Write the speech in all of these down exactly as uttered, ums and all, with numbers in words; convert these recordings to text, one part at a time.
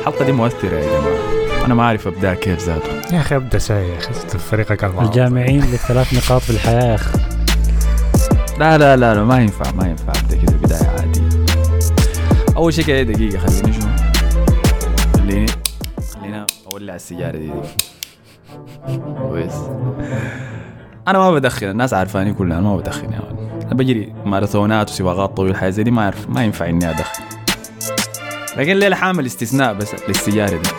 الحلقة دي مؤثرة يا جماعة. أنا ما أعرف أبدأ كيف ذاته يا أخي أبدأ ساي يا أخي فريقك المعارض الجامعين للثلاث نقاط في الحياة يا أخي. لا لا لا لا ما ينفع ما ينفع أبدأ كده بداية عادية. أول شيء كده دقيقة خليني شنو خليني خلينا أولع السيارة دي, دي. كويس. أنا ما بدخن الناس عارفاني كلها أنا ما بدخن يا ولد. أنا بجري ماراثونات وسباقات طويلة حاجة زي دي ما أعرف ما ينفع إني أدخن. لكن ليه حامل استثناء بس للسيارة دي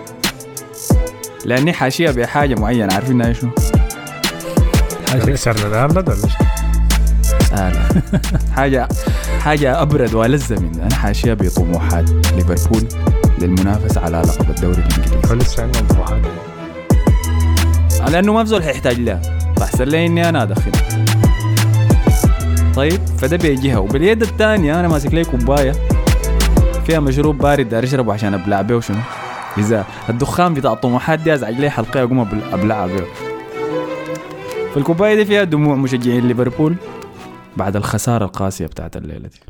لأني حاشية بحاجة معينة عارفين إيش شو حاجة سر الأرض ولا شيء آه لا حاجة حاجة أبرد ولذة من أنا حاشية بطموحات ليفربول للمنافسة على لقب الدوري الإنجليزي. كل سنة طموحات لأنه ما بزول حيحتاج لها فأحسن لي إني أنا أدخل. طيب فده بيجيها وباليد الثانية أنا ماسك لي كوباية فيها مشروب بارد دار أشربه عشان أبلع بيه وشنو إذا الدخان بتاع الطموحات دي أزعج لي حلقة أقوم أبلع بيه. فالكوباية دي فيها دموع مشجعين ليفربول بعد الخسارة القاسية بتاعت الليلة دي.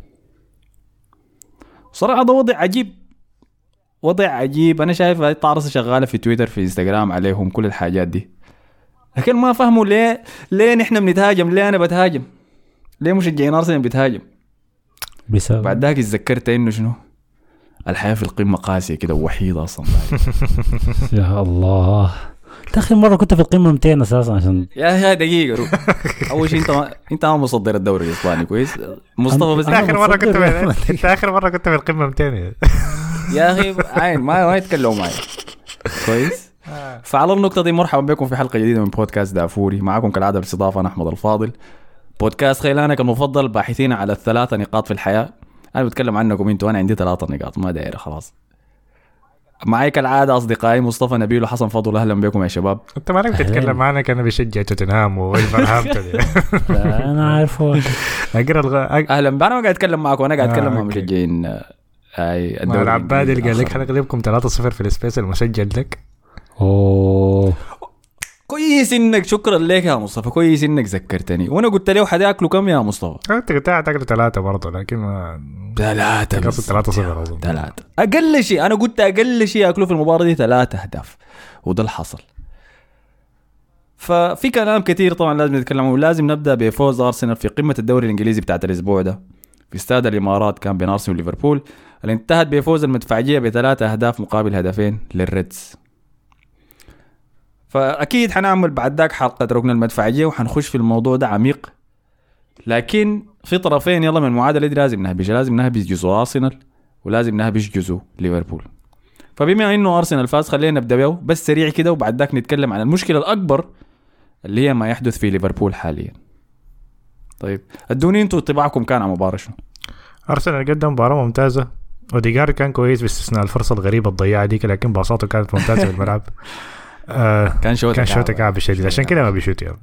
صراحة ده وضع عجيب وضع عجيب. أنا شايف هاي طارصة شغالة في تويتر في إنستغرام عليهم كل الحاجات دي لكن ما فهموا ليه ليه نحن بنتهاجم ليه أنا بتهاجم ليه مشجعين أرسنال بيتهاجم بسبب بعد ذاك اتذكرت إنه شنو الحياة في القمة قاسية كده ووحيدة أصلا. يا الله آخر مرة كنت في القمة مئتين أساسا عشان يا دقيقة رو. أول شيء أنت ما أنت ما مصدر الدوري الإسباني كويس مصطفى بس آخر مرة كنت في أنت آخر مرة كنت في القمة مئتين يا أخي عين ما ما يتكلموا معي كويس. فعلى النقطة دي مرحبا بكم في حلقة جديدة من بودكاست دافوري. معكم كالعادة بالاستضافة أنا أحمد الفاضل بودكاست خيلانك المفضل باحثين على الثلاثة نقاط في الحياة. أنا بتكلم عنكم أنتوا أنا عندي ثلاثة نقاط ما دايرة خلاص. معي كالعادة أصدقائي مصطفى نبيل وحسن فضل. أهلا بكم يا شباب. أنت مالك بتتكلم معنا كأنه بيشجع توتنهام والفرهامتون لا أنا عارفه أقرأ الغ... أهلا أنا ما قاعد أتكلم معكم أنا قاعد أتكلم مع مشجعين هاي الدوري العبادي اللي قال لك حنغلبكم ثلاثة صفر في السبيس المسجل لك. أوه كويس إنك شكرا لك يا مصطفى كويس إنك ذكرتني وأنا قلت له حداكلوا كم يا مصطفى. أنت قلت تاكلوا ثلاثة برضه لكن ما ثلاثة بس ثلاثة صفر أظن ثلاثة أقل شيء. أنا قلت أقل شيء أكلوا في المباراة دي ثلاثة أهداف وده الحصل. ففي كلام كتير طبعا لازم نتكلم ولازم نبدأ بفوز أرسنال في قمة الدوري الإنجليزي بتاعت الأسبوع ده في استاد الإمارات كان بين أرسنال وليفربول اللي انتهت بفوز المدفعية بثلاثة أهداف مقابل هدفين للريدز. فأكيد حنعمل بعد ذاك حلقة ركن المدفعية وحنخش في الموضوع ده عميق لكن في طرفين يلا من المعادلة دي لازم نهبش لازم نهبش جزء أرسنال ولازم نهبش جزء ليفربول. فبما إنه أرسنال فاز خلينا نبدأ به بس سريع كده وبعد ذاك نتكلم عن المشكلة الأكبر اللي هي ما يحدث في ليفربول حاليا. طيب ادوني انتوا طباعكم كان على مباراة شنو؟ أرسنال قدم مباراة ممتازة وديجار كان كويس باستثناء الفرصة الغريبة الضياعة ديك لكن باصاته كانت ممتازة في الملعب. آه كان شوتة كان شوتة كعب شديد عشان كده ما بيشوت يوم.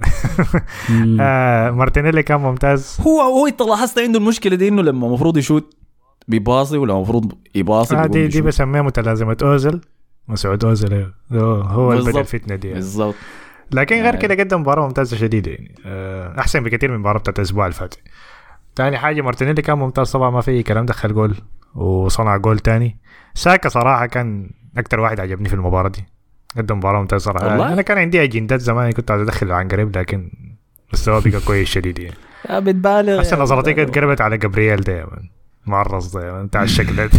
آه مارتينيلي كان ممتاز. هو هو انت لاحظت عنده المشكلة دي انه لما مفروض يشوت بيباصي ولا مفروض يباصي آه دي دي بسميها متلازمة أوزل مسعود أوزل هو البدل الفتنة دي بالضبط. لكن غير كده قدم مباراة ممتازة شديدة يعني آه أحسن بكثير من المباراة بتاعت الأسبوع الفاتح. تاني حاجة مارتينيلي كان ممتاز طبعا ما في كلام دخل جول وصنع جول تاني. ساكا صراحة كان أكتر واحد عجبني في المباراة دي قدم مباراة ممتازة صراحة. والله؟ أنا كان عندي أجندات زمان كنت عايز أدخل عن قريب لكن مستواه بقى كويس شديد يعني. يا بتبالغ أحسن نظرتي كانت قربت على جابرييل ده معرض ده بتاع الشكلات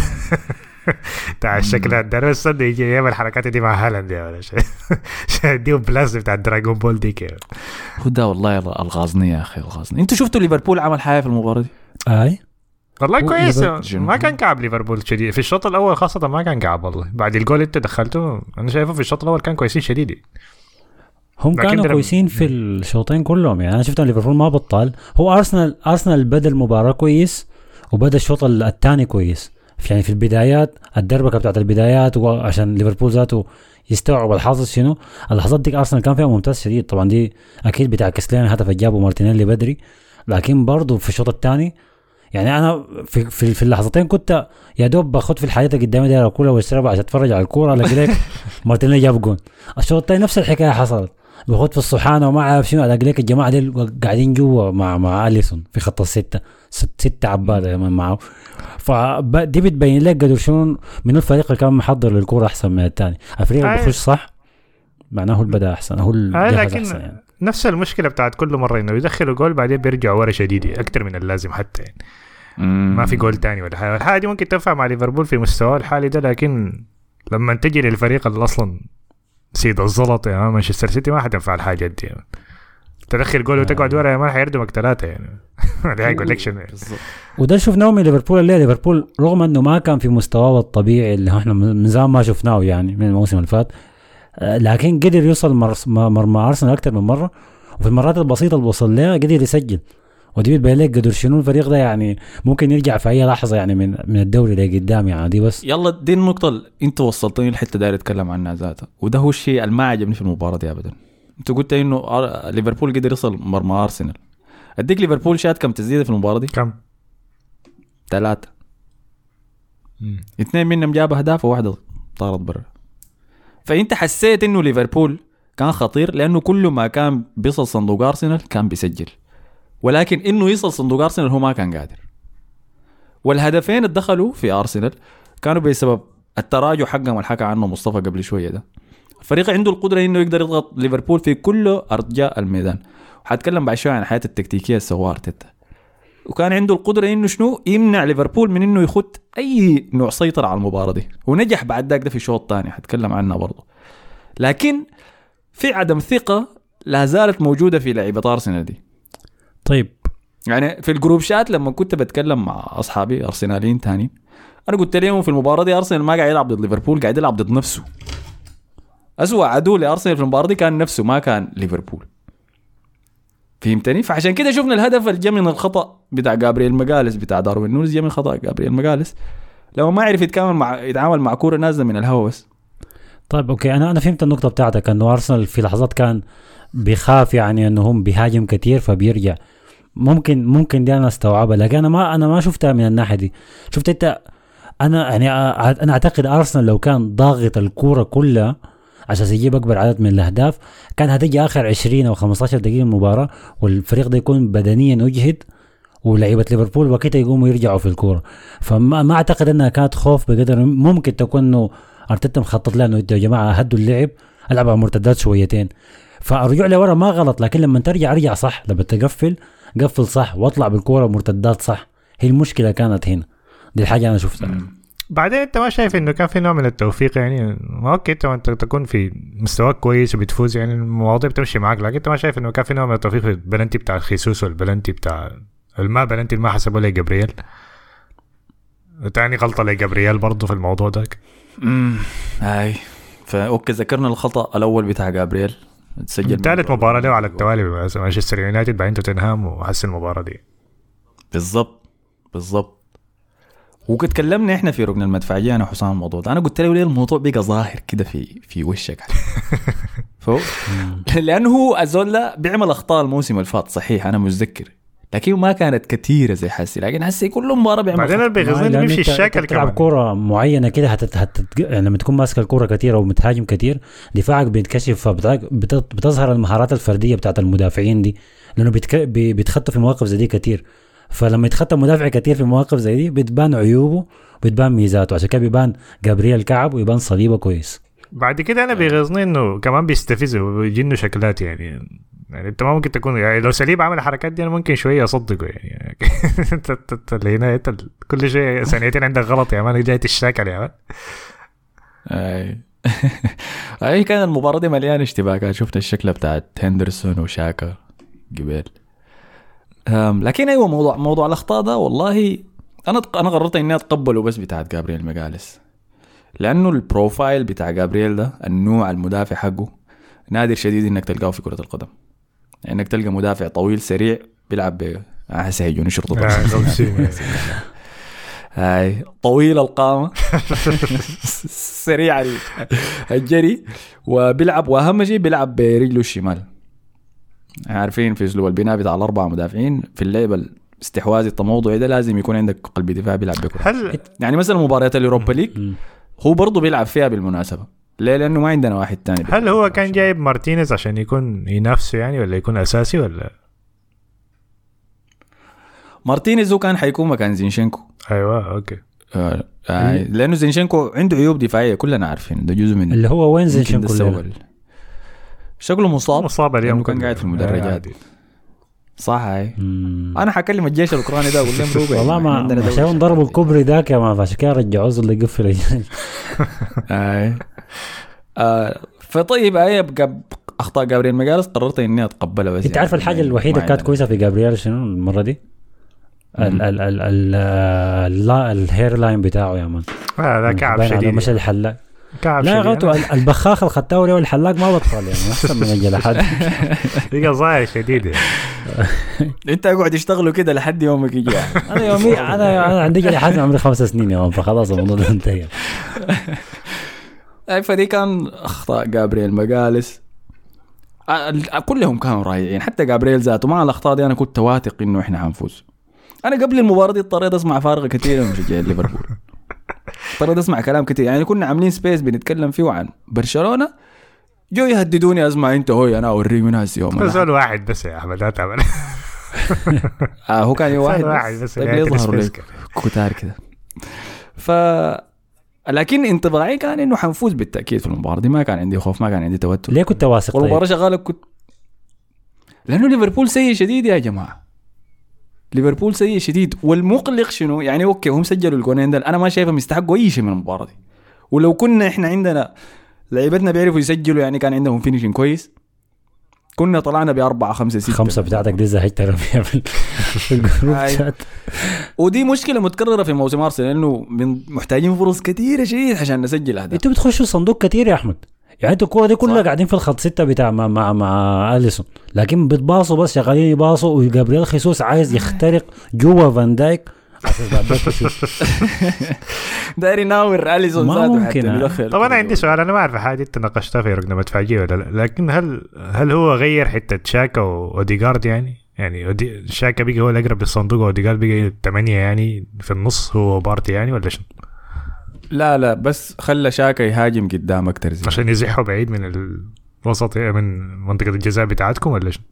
بتاع الشكلات ده بس صدق يجي يعمل الحركات دي مع هالاند يا ولا شيء ديو بلاس بتاع دراغون بول دي كده. هو ده والله الغازني يا أخي الغازني. أنتوا شفتوا ليفربول عمل حاجة في المباراة دي؟ أي والله كويس ما كان كعب ليفربول شديد في الشوط الأول خاصة ما كان كعب والله بعد الجول اللي دخلته أنا شايفه في الشوط الأول كان كويسين شديد. هم كانوا كويسين في الشوطين كلهم يعني أنا شفت ليفربول ما بطل. هو أرسنال أرسنال بدأ المباراة كويس وبدأ الشوط الثاني كويس يعني في البدايات الدربكة بتاعت البدايات وعشان ليفربول ذاته يستوعب الحظ شنو اللحظات دي أرسنال كان فيها ممتاز شديد. طبعا دي أكيد بتعكس لنا هدف جابه مارتينيلي بدري لكن برضو في الشوط الثاني يعني أنا في في, في اللحظتين كنت يا دوب باخد في الحياة قدامي داير الكورة والسرعة عشان أتفرج على الكورة لكن مارتينيلي جاب جون. الشوط الثاني نفس الحكاية حصلت بخد في الصحانه وما عارف شنو. الاقي لك الجماعه دي قاعدين جوا مع مع اليسون في خط السته ست ستة عباده كمان معه. فدي بتبين لك قدر شنو من الفريق اللي كان محضر للكوره احسن من الثاني. الفريق اللي بخش صح معناه هو البدا احسن هو الجهاز احسن يعني. نفس المشكله بتاعت كل مره انه يدخلوا جول بعدين بيرجعوا ورا شديد اكثر من اللازم حتى يعني. ما في جول تاني ولا حاجه. الحاجه دي ممكن تنفع مع ليفربول في مستواه الحالي ده، لكن لما تجي للفريق اللي اصلا سيد الزلط يا يعني مانشستر سيتي ما حتنفع الحاجه دي يعني. تدخل جول وتقعد ورا ما حيردمك ثلاثه يعني. ده هيقول لك شنو. وده شفناه من ليفربول اللي ليفربول رغم انه ما كان في مستواه الطبيعي اللي احنا من زمان ما شفناه يعني من الموسم اللي فات، لكن قدر يوصل مرمى ارسنال اكثر من مره، وفي المرات البسيطه اللي وصل لها قدر يسجل. ودي بتبين لك قدر شنو الفريق ده يعني ممكن يرجع في اي لحظه يعني من من الدوري اللي قدام يعني. دي بس يلا دي النقطه اللي انت وصلتني الحته داير اتكلم عنها ذاتها، وده هو الشيء اللي ما عجبني في المباراه دي ابدا. انت قلت انه ليفربول قدر يوصل مرمى ارسنال. اديك ليفربول شات كم تسديده في المباراه دي؟ كم؟ ثلاثه. اثنين منهم جاب اهداف وواحده طارت برا. فانت حسيت انه ليفربول كان خطير لانه كل ما كان بيصل صندوق ارسنال كان بيسجل، ولكن انه يصل صندوق ارسنال هو ما كان قادر. والهدفين اللي دخلوا في ارسنال كانوا بسبب التراجع حقهم اللي حكى عنه مصطفى قبل شويه ده. الفريق عنده القدره انه يقدر يضغط ليفربول في كل ارجاء الميدان، وحاتكلم بعد شويه عن حياه التكتيكيه السوار تتا. وكان عنده القدره انه شنو يمنع ليفربول من انه يخد اي نوع سيطره على المباراه دي، ونجح بعد ذاك ده في الشوط الثاني حاتكلم عنها برضه. لكن في عدم ثقه لا زالت موجوده في لاعيبه ارسنال دي. طيب يعني في الجروب شات لما كنت بتكلم مع اصحابي ارسناليين تاني، انا قلت لهم في المباراه دي ارسنال ما قاعد يلعب ضد ليفربول، قاعد يلعب ضد نفسه. اسوأ عدو لارسنال في المباراه دي كان نفسه ما كان ليفربول. فهمتني؟ فعشان كده شفنا الهدف اللي جاء من الخطا بتاع جابرييل ماغاليس بتاع داروين نونيز، جاء من خطا جابرييل ماغاليس لو ما عرف يتعامل مع يتعامل مع كوره نازله من الهواء بس. طيب اوكي انا انا فهمت النقطه بتاعتك انه ارسنال في لحظات كان بيخاف يعني انه هم بيهاجم كتير فبيرجع. ممكن ممكن دي انا استوعبها، لكن انا ما انا ما شفتها من الناحيه دي. شفت انت انا يعني انا اعتقد ارسنال لو كان ضاغط الكوره كلها عشان يجيب اكبر عدد من الاهداف كان هتيجي اخر عشرين او خمسة عشر دقيقه من المباراه والفريق ده يكون بدنيا يجهد ولعيبه ليفربول وقتها يقوموا يرجعوا في الكوره. فما ما اعتقد انها كانت خوف بقدر ممكن تكون انه ارتيتا مخطط له انه يا جماعه هدوا اللعب العب على مرتدات شويتين فارجع لورا ما غلط، لكن لما ترجع ارجع صح، لما تقفل قفل صح واطلع بالكوره مرتدات صح. هي المشكله كانت هنا، دي الحاجه انا شفتها. بعدين انت ما شايف انه كان في نوع من التوفيق يعني؟ ما اوكي انت تكون في مستواك كويس وبتفوز يعني المواضيع بتمشي معك، لكن انت ما شايف انه كان في نوع من التوفيق في البلنتي بتاع خيسوس والبلنتي بتاع الما بلنتي ما حسبوا لي جابرييل وتاني غلطه لجابرييل برضه في الموضوع ده. امم هاي فاوكي ذكرنا الخطا الاول بتاع جابرييل تسجل ثالث مباراه له على التوالي مانشستر يونايتد بعدين توتنهام وحسن المباراه دي بالضبط بالضبط. وكنت تكلمنا احنا في ركن المدفعيه انا وحسام الموضوع ده، انا قلت له ليه الموضوع بقى ظاهر كده في في وشك فهو لانه هو ازولا بيعمل اخطاء الموسم اللي فات صحيح انا متذكر، لكن ما كانت كثيره زي حسي، لكن حسي كل مباراه بيعمل بعدين بيغزل بيمشي الشكل تلعب كوره معينه كده هت... هت... يعني لما تكون ماسك الكوره كثيره ومتهاجم كثير دفاعك بيتكشف فبتظهر المهارات الفرديه بتاعت المدافعين دي، لانه بيتك... بيتخطوا في مواقف زي دي كثير. فلما يتخطى مدافع كتير في مواقف زي دي بتبان عيوبه وبتبان ميزاته، عشان كده بيبان جابرييل كعب ويبان صليبه كويس. بعد كده انا بيغزني انه كمان بيستفزه ويجي انه شكلات يعني يعني انت ما ممكن تكون يعني لو سليب عمل الحركات دي انا ممكن شويه اصدقه يعني انت هنا انت كل شيء ثانيتين عندك غلط يا مان جاي تشتاكل يا مان. اي اي كان المباراه دي مليانه اشتباكات، شفت الشكل بتاعت هندرسون وشاكا قبل. لكن ايوه موضوع موضوع الاخطاء ده والله انا انا قررت اني اتقبله بس بتاعت جابرييل ماغاليس، لانه البروفايل بتاع جابرييل ده النوع المدافع حقه نادر شديد انك تلقاه في كرة القدم. يعني انك تلقى مدافع طويل سريع بيلعب ب هسه نشرطه هاي طويل القامة سريع الجري وبيلعب، واهم شيء بيلعب برجله الشمال. عارفين في اسلوب البناء بتاع الاربعه مدافعين في اللعب الاستحواذي التموضعي ده لازم يكون عندك قلب دفاع بيلعب بكره. يعني مثلا مباريات اليوروبا ليج هو برضه بيلعب فيها بالمناسبه، ليه؟ لانه ما عندنا واحد تاني. هل هو كان جايب مارتينيز عشان يكون ينافسه يعني ولا يكون اساسي ولا؟ مارتينيز هو كان حيكون مكان زينشينكو. ايوه اوكي. آه آه لانه زينشينكو عنده عيوب دفاعيه كلنا عارفين، ده جزء من اللي هو وين زينشينكو شكله مصاب مصاب اليوم، كان قاعد في المدرجات. صح هاي. انا حكلم الجيش الاوكراني ده اقول لهم روبي والله ما عشان ضربوا الكوبري ذاك يا ما عشان كده رجعوه اللي يقفل الجيش. اي آه فطيب هي بقى اخطاء جابرييل ماجاليس قررت اني اتقبلها. بس انت عارف يعني الحاجه الوحيده كانت كويسه في جابرييل شنو المره دي؟ ال ال ال ال لا الهير لاين بتاعه يا مان. هذا كعب شديد مش الحلاق. كعب لا غلطوا البخاخ اللي خدته له الحلاق ما بطل يعني احسن من الجلحات. دي قضايا شديده. انت اقعد يشتغلوا كده لحد يومك يجي. انا يومي انا انا عندي جلحات عمري خمس سنين يا مان، فخلاص الموضوع انتهى. اي فدي كان اخطاء جابرييل ماجاليس كلهم كانوا رايعين، حتى جابرييل ذاته مع الاخطاء دي انا كنت واثق انه احنا حنفوز. انا قبل المباراه دي اضطريت اسمع فارغه كثيره من مشجعين ليفربول، اضطريت اسمع كلام كثير. يعني كنا عاملين سبيس بنتكلم فيه عن برشلونه، جو يهددوني اسمع انت هو انا اوريك ناس يوم بس هو واحد بس يا احمد لا تعمل. اه هو كان واحد بس, بس طيب يظهر لك كتار كده. ف لكن انطباعي كان انه حنفوز بالتاكيد في المباراه دي، ما كان عندي خوف، ما كان عندي توتر. ليه كنت واثق؟ والمباراه شغاله كنت لانه ليفربول سيء شديد يا جماعه، ليفربول سيء شديد. والمقلق شنو يعني؟ اوكي هم سجلوا الجولين ده، انا ما شايفهم يستحقوا اي شيء من المباراه دي. ولو كنا احنا عندنا لعيبتنا بيعرفوا يسجلوا، يعني كان عندهم فينيشين كويس، كنا طلعنا بأربعة خمسة ستة. خمسة بتاعتك دي زهجت ربيع في الجروب شات. ودي مشكلة متكررة في موسم أرسنال، لأنه من محتاجين فرص كثيرة شديد عشان نسجل أهداف. أنتوا بتخشوا صندوق كثير يا أحمد، يعني أنتوا الكورة دي كلها قاعدين في الخط ستة بتاع مع مع مع أليسون، لكن بتباصوا بس شغالين يباصوا، وجابرييل خيسوس عايز يخترق جوا فان دايك داير يناور أليسون ذاته حتى يدخل. طب أنا عندي سؤال، أنا ما أعرف حاجة أنت ناقشتها في رقم مدفعية ولا لا، لكن هل هل هو غير حتة شاكا وأوديغارد؟ يعني يعني شاكا بيجي هو الأقرب للصندوق وأوديغارد بيجي ثمانية يعني في النص هو بارتي يعني ولا شنو؟ لا لا بس خلى شاكا يهاجم قدام أكتر زي عشان يزحوا بعيد من الوسط من منطقة الجزاء بتاعتكم ولا شنو؟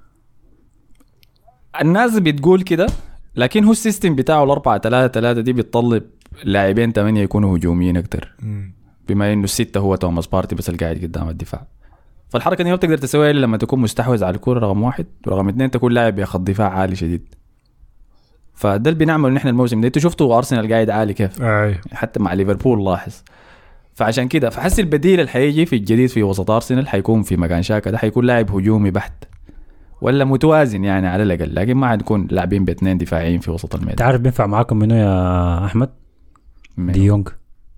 الناس بتقول كده، لكن هو السيستم بتاعه الأربعة ثلاثة ثلاثة دي بيتطلب لاعبين ثمانية يكونوا هجوميين أكتر، بما إنه الستة هو توماس بارتي بس القاعد قدام الدفاع. فالحركة دي ما بتقدر تسويها إلا لما تكون مستحوذ على الكرة رقم واحد، ورقم اثنين تكون لاعب ياخذ دفاع عالي شديد. فده اللي بنعمله نحن الموسم ده. انتوا شفتوا أرسنال قاعد عالي كيف آه. حتى مع ليفربول لاحظ. فعشان كده فحس البديل اللي حيجي في الجديد في وسط أرسنال حيكون في مكان شاكا ده حيكون لاعب هجومي بحت ولا متوازن يعني على الأقل، لكن ما حنكون لاعبين باثنين دفاعيين في وسط الميدان. تعرف بينفع معاكم منو يا أحمد؟ ديونج.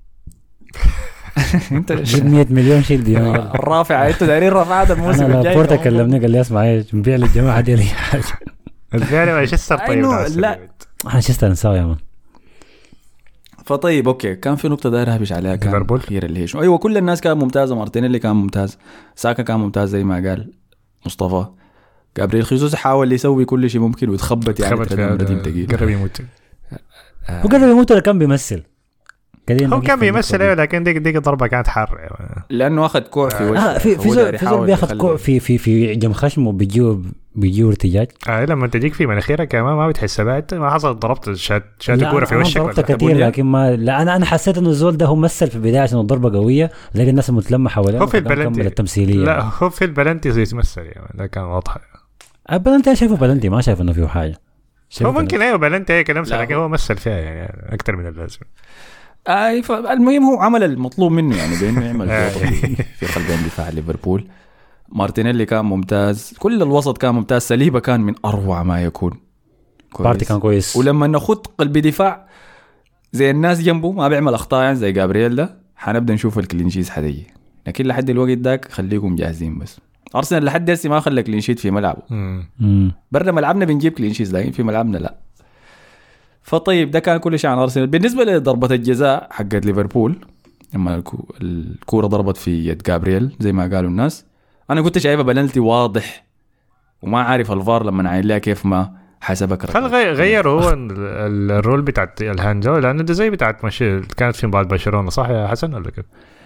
انت مية مليون شيل ديونج الرافع. انتوا دايرين رفع هذا الموسم الجاي. انا بورتا كلمني قال لي اسمع ايه نبيع للجماعه دي لي حاجه. نبيع مانشستر. طيب لا مانشستر نساوي يا مان. فطيب اوكي كان في نقطه داير هبش عليها كان الاخير اللي هي شو. ايوه كل الناس كان ممتازه، مارتينيلي كان ممتاز، ساكا كان ممتاز زي ما قال مصطفى، جابرييل خيسوس حاول يسوي كل شيء ممكن وتخبط يعني قرب يموت. هو قرب يموت ولا كان بيمثل؟ هو كان بيمثل ايوه، لكن ديك ديك ضربه كانت حاره لانه اخذ كوع في وجهه. آه في في زول في زول بياخذ كوع في في في جم خشمه وبيجيو بيجيو ارتجاج. اه لما تجيك في مناخيرك كمان ما بتحس بها. انت ما حصل ضربت شات شات كوره في وشك ولا كثير، لكن ما لا انا انا حسيت انه الزول ده هو مثل في البدايه عشان الضربه قويه زي الناس المتلمه حواليه. هو في البلنتي التمثيليه. لا هو في البلنتي يتمثل يعني، ده كان واضح. البلنتي انا شايفه بلنتي، ما شايف انه فيه حاجه. هو ممكن ايوه بلنتي هي كلام، لكن هو مثل فيها يعني اكثر من اللازم. اي فالمهم هو عمل المطلوب منه يعني بانه يعمل في قلب دفاع ليفربول. مارتينيلي كان ممتاز، كل الوسط كان ممتاز، سليبا كان من اروع ما يكون، بارتي كان كويس. ولما ناخد قلب دفاع زي الناس جنبه ما بيعمل اخطاء يعني زي جابرييل ده، حنبدا نشوف الكلينشيز حتيجي. لكن لحد الوقت داك خليكم جاهزين. بس ارسنال لحد هسه ما خلى كلينشيت في ملعبه، برا ملعبنا بنجيب كلينشيز لكن في ملعبنا لا. فطيب ده كان كل شيء عن أرسنال. بالنسبة لضربة الجزاء حقت ليفربول لما الكورة ضربت في يد جابرييل زي ما قالوا الناس، أنا كنت شايفة بلنتي واضح وما عارف الفار لما نعين لها كيف ما حسبك. هل غيروا هو الرول بتاعت الهاندو؟ لأنه ده زي بتاعت مشي كانت في بعض برشلونة صح يا حسن ولا كيف؟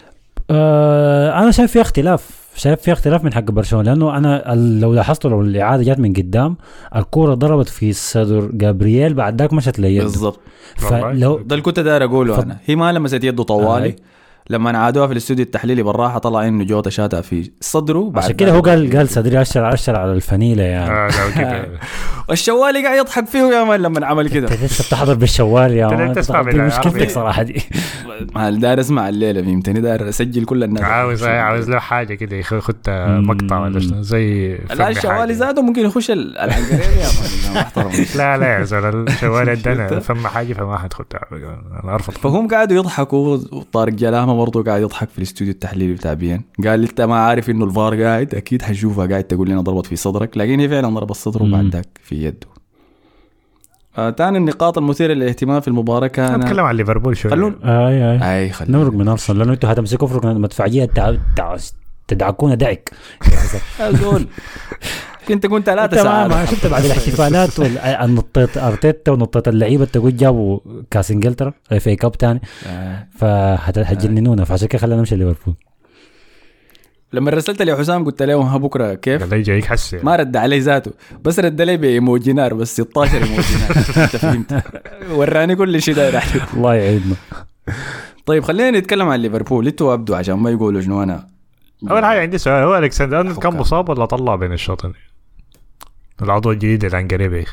آه انا شايف في اختلاف شايف في اختلاف من حق برشلونه، لانه انا لو لاحظتوا لو الاعاده جات من قدام الكوره ضربت في صدر جابرييل بعد ذاك مشت ليده بالضبط. فلو ده اللي كنت داير اقوله ف... انا هي ما لمست يده طوالي آه. لما عادوها في الاستوديو التحليلي بالراحه طلع انه جوتا شاتها في صدره. عشان كده هو قال قال صدري اشر اشر على الفنيله يعني آه والشوالي قاعد يضحك فيه يا مان لما عمل كده. انت لسه بتحضر بالشوال يا مان، دي مشكلتك صراحه دي. ما داير اسمع الليله فهمتني، داير اسجل كل الناس. عاوز عاوز له حاجه كده ياخذ مقطع ولا زي لا الشوالي زاده ممكن يخش العنقريه يا مان محترم. لا لا يا زلمه الشوالي ده فما حاجه فما حتخدها انا ارفض. فهم قاعدوا يضحكوا وطارق جلامه برضه قاعد يضحك في الاستوديو التحليلي بتاع بيان. قال انت ما عارف انه الفار قاعد اكيد حشوفها قاعد تقول لنا ضربت في صدرك، لكن هي فعلا ضربت صدره بعد ذاك في يده. آه تاني النقاط المثيره للاهتمام في المباراه كان نتكلم عن ليفربول شويه. خلون اي اي, أي نمرق من ارسنال لانه انتوا هتمسكوا فرق مدفعيه تع... تدعكونا دعك يا زول. كنت كنت ثلاثة ساعات ما شفت بعد الاحتفالات والنطيت ارتيتا ونطيت اللعيبه تقول جابوا كاس انجلترا اف اي كاب ثاني فهتجننونا، فعشان كده خلينا نمشي ليفربول. لما رسلت لي حسام قلت له ها بكره كيف قال لي جايك حسي ما رد علي ذاته، بس رد لي بايموجي نار بس ستاشر ايموجي نار. انت فهمت وراني كل شيء داير عليه. الله يعيدنا. طيب خلينا نتكلم عن ليفربول. انتوا ابدوا عشان ما يقولوا شنو. انا اول حاجه عندي سؤال، هو الكسندر ارنولد كان مصاب ولا طلع بين الشوطين العضو الجديد العنقريبي؟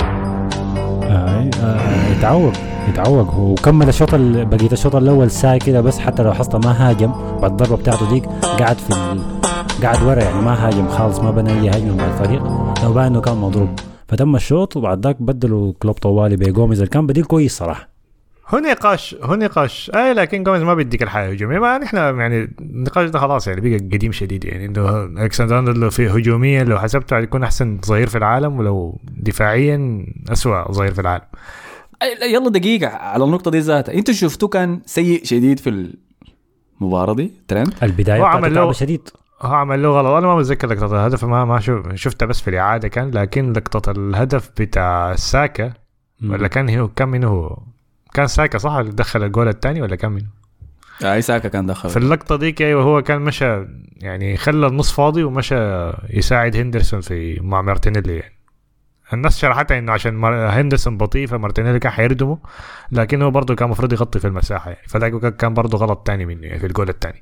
آه آه يتعوق يتعوق وكمل الشوط بقيه الشوط الاول ساعه كده بس، حتى لو حصل ما هاجم بعد الضربه بتاعته ديك قاعد في ال... قاعد ورا يعني ما هاجم خالص، ما بنى اي هجمه مع الفريق لو بان انه كان مضروب. فتم الشوط وبعد ذاك بدلوا كلوب طوالي بجوميز اللي كان بديل كويس صراحه. هو نقاش هو نقاش اي لكن جوميز ما بيديك الحياه هجوميه. ما نحن يعني النقاش ده خلاص يعني بقى قديم شديد يعني انه الكسندر ارنولد في هجوميا لو حسبته يكون احسن ظهير في العالم، ولو دفاعيا اسوأ ظهير في العالم. يلا دقيقه على النقطه دي ذاتها، انتوا شفتوا كان سيء شديد في المباراه دي ترند البدايه بتاعته شديد. هو عمل له غلط، انا ما بتذكر لقطه الهدف ما ما شوف شفتها بس في الاعاده كان، لكن لقطه الهدف بتاع ساكا ولا كان هو كم منه كان ساكا صح اللي دخل الجول الثاني ولا كم منه؟ اي ساكا كان دخل في اللقطه ديك. ايوه هو كان مشى يعني خلى النص فاضي ومشى يساعد هندرسون في مع مارتينيلي. يعني الناس شرحتها انه عشان هندرسون بطيء فمارتينيلي كان حيردمه، لكن هو برضه كان مفروض يغطي في المساحه يعني، فده كان برضه غلط تاني منه يعني في الجول الثاني.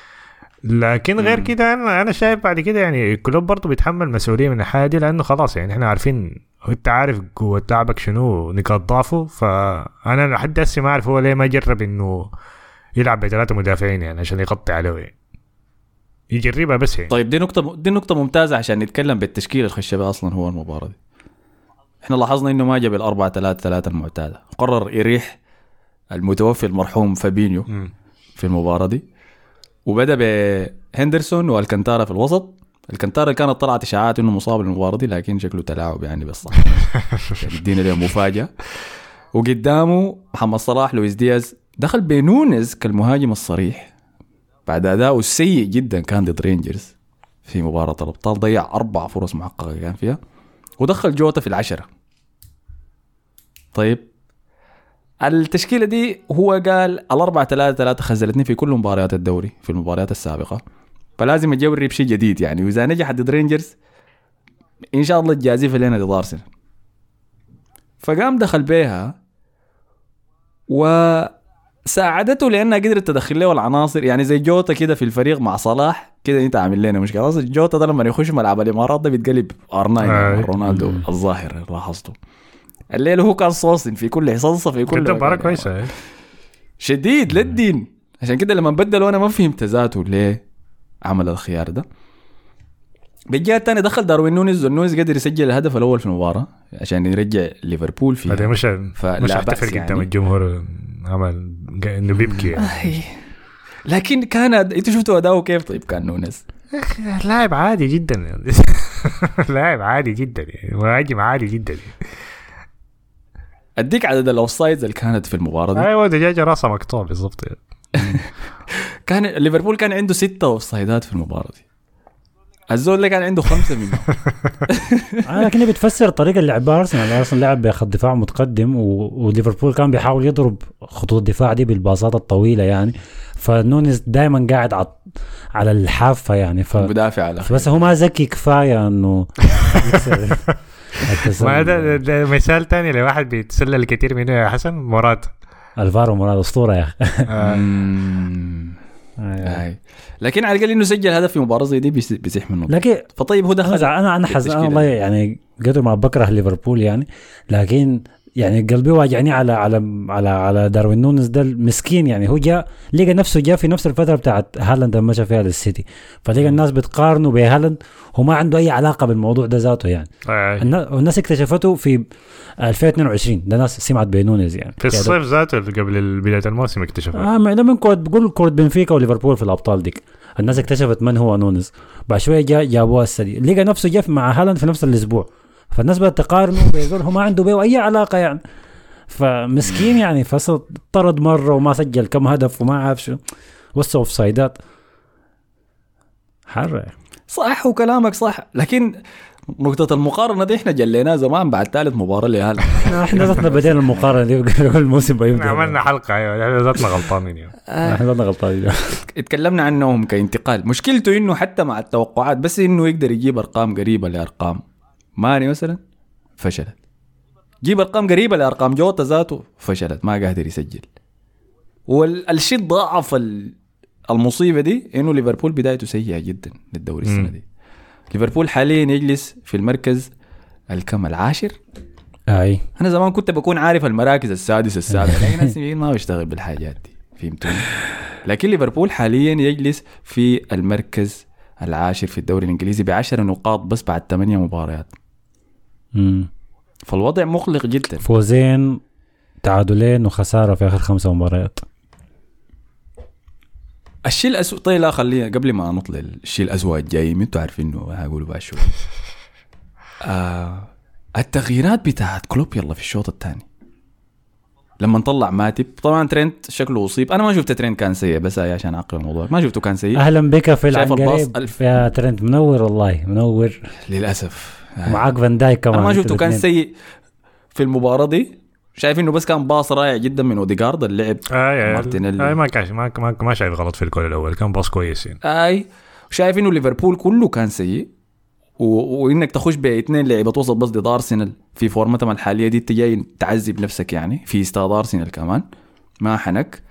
لكن غير كده انا انا شايف بعد كده يعني كلوب برضه بيتحمل مسؤوليه من الحاجه دي، لانه خلاص يعني احنا عارفين انت عارف قوه لاعبك شنو نقاط ضعفه. فانا لحد هسه ما اعرف هو ليه ما جرب انه يلعب بثلاثه مدافعين يعني عشان يغطي عليه يعني. يجربها بس يعني. طيب دي نقطه دي نقطه ممتازه عشان نتكلم بالتشكيل الخش بها اصلا هو المباراه دي. احنا لاحظنا انه ما جاب الأربعة ثلاثة ثلاثة المعتاده، قرر يريح المتوفي المرحوم فابينيو م. في المباراه دي، وبدا بهندرسون والكانتارا في الوسط. الكانتارا اللي كانت طلعت اشاعات انه مصاب المباراه دي لكن شكله تلاعب يعني بالصح يعني ادينا له مفاجاه. وقدامه محمد صلاح لويس دياز، دخل بنونز كالمهاجم الصريح بعد اداؤه السيء جدا كان ضد رينجرز في مباراه الابطال، ضيع اربع فرص محققه كان فيها، ودخل جوتا في العشرة. طيب التشكيلة دي هو قال الأربعة ثلاثة ثلاثة خزلتني في كل مباريات الدوري في المباريات السابقة، فلازم أجرب شيء جديد يعني، وإذا نجح ضد رينجرز إن شاء الله الجازفة لنا ضد أرسنال. فقام دخل بيها وساعدته لأنها قدرت تدخل له العناصر يعني زي جوتا كده في الفريق مع صلاح كده. انت عامل لنا مشكله اصلا. جوتا ده لما يخش ملعب الامارات ده بيتقلب ار تسعة رونالدو الظاهر لاحظته الليله هو كان صوصن في كل حصصه في كل مباراه كويسه شديد للدين. عشان كده لما بدلوا انا ما فهمت ذاته ليه عمل الخيار ده. بالجهه الثانيه دخل داروين نونيز، ونونيز قدر يسجل الهدف الاول في المباراه عشان يرجع ليفربول فيها. هذا مش مش احتفل قدام يعني. الجمهور عمل انه بيبكي يعني. لكن كان انتوا شفتوا اداؤه كيف؟ طيب كان نونيز لاعب عادي جدا لاعب عادي جدا يعني، مهاجم عادي جدا يعني. اديك عدد الاوفسايدز اللي كانت في المباراه دي. ايوه دجاجه راسها مقطوع بالضبط يعني. كان ليفربول كان عنده ستة اوفسايدات في المباراه دي. الزول اللي كان عنده خمسة منه. أنا لكني بتفسر طريقة اللعب أرسنال. أرسنال لعب بخط دفاع متقدم و... وليفربول كان بيحاول يضرب خطوط الدفاع دي بالباصات الطويلة يعني. فنونيز دائما قاعد ع... على الحافة يعني. ف... مدافع على بس هو ما ذكي كفاية إنه ما ده, ده مثال تاني لواحد بيتسلل كتير منه يا حسن. مراد الفارو مراد أسطورة يا أخي. آه. لكن على الأقل إنه سجل هدف في مباراة زي دي بيزيح منه. لكن فطيب هو دخل. أنا أنا حزن والله يعني قدر ما بكره ليفربول يعني. لكن يعني قلبي واجعني على على على على داروين نونز ده المسكين يعني. هو جاء لقى نفسه جاء في نفس الفترة بتاعت هالاند لما مشى فيها للسيتي. فلقى الناس بتقارنه بهالاند. هو ما عنده أي علاقة بالموضوع ده ذاته يعني. الناس اكتشفته في ألفين واثنين وعشرين. ده ناس سمعت بنونيز يعني في الصيف ذاته قبل بداية الموسم اكتشفه. آه لما كنت بقول كرة بنفيكا وليفربول في الأبطال ديك الناس اكتشفت من هو نونيز. بعد شوية جاء جابوه السدي لقى نفسه جاء مع هالاند في نفس الأسبوع. فالناس بدأت تقارنه بيقول هو ما عنده بيه أي علاقة يعني. فمسكين يعني فصل طرد مرة وما سجل كم هدف وما عارف شو وصلوا في صيدات حرة. صح وكلامك صح. لكن نقطة المقارنة دي احنا جليناها زمان بعد ثالث مباراة لهالاند. احنا ذاتنا بدينا المقارنة دي الموسم بيبدأ. عملنا حلقة احنا ذاتنا غلطانين. احنا ذاتنا غلطانين. اتكلمنا عنهم كانتقال. مشكلته انه حتى مع التوقعات بس انه يقدر يجيب ارقام قريبة لارقام ماني مثلا فشلت. جيب ارقام قريبة لارقام جوتا ذاته فشلت ما قادر يسجل. والشيء ضاعف المصيبة دي انه ليفربول بدايته سيئة جدا للدوري السنة دي. ليفربول حاليا يجلس في المركز الكم العاشر. اي انا زمان كنت بكون عارف المراكز السادس السابع لكن الناس ما بيشتغل بالحاجات دي فهمتوني. لكن ليفربول حاليا يجلس في المركز العاشر في الدوري الانجليزي بعشر نقاط بس بعد ثمانية مباريات. امم فالوضع مقلق جدا. فوزين تعادلين وخسارة في اخر خمسة مباريات. الشيء الأسوأ طيب لا خلينا قبل ما نطلع الشيء الأسوأ الجاي انتوا عارفين انه هقولوا بقى شو آه التغييرات بتاعت كلوب يلا في الشوط الثاني لما نطلع ماتب. طبعا ترينت شكله أصيب. انا ما شفت ترينت كان سيء بس هي عشان اعقل الموضوع ما شفته كان سيء. اهلا بك في العنقريب يا ترينت منور والله منور للاسف. معاك فان دايك كمان. انا ما شفته كان سيء في المباراة دي. شايف انه بس كان باص رائع جدا من اوديغارد اللعب آه مارتينيلي. آه ما كان ما ما, ما شايف غلط في الجول الاول كان باص كويس يعني. اي شايف انه ليفربول كله كان سيء و... وانك تخش باثنين لعيبه وسط بس ضد ارسنال في فورمتهم الحاليه دي انت جاي تعذب نفسك يعني في استاد ارسنال كمان ما حنك.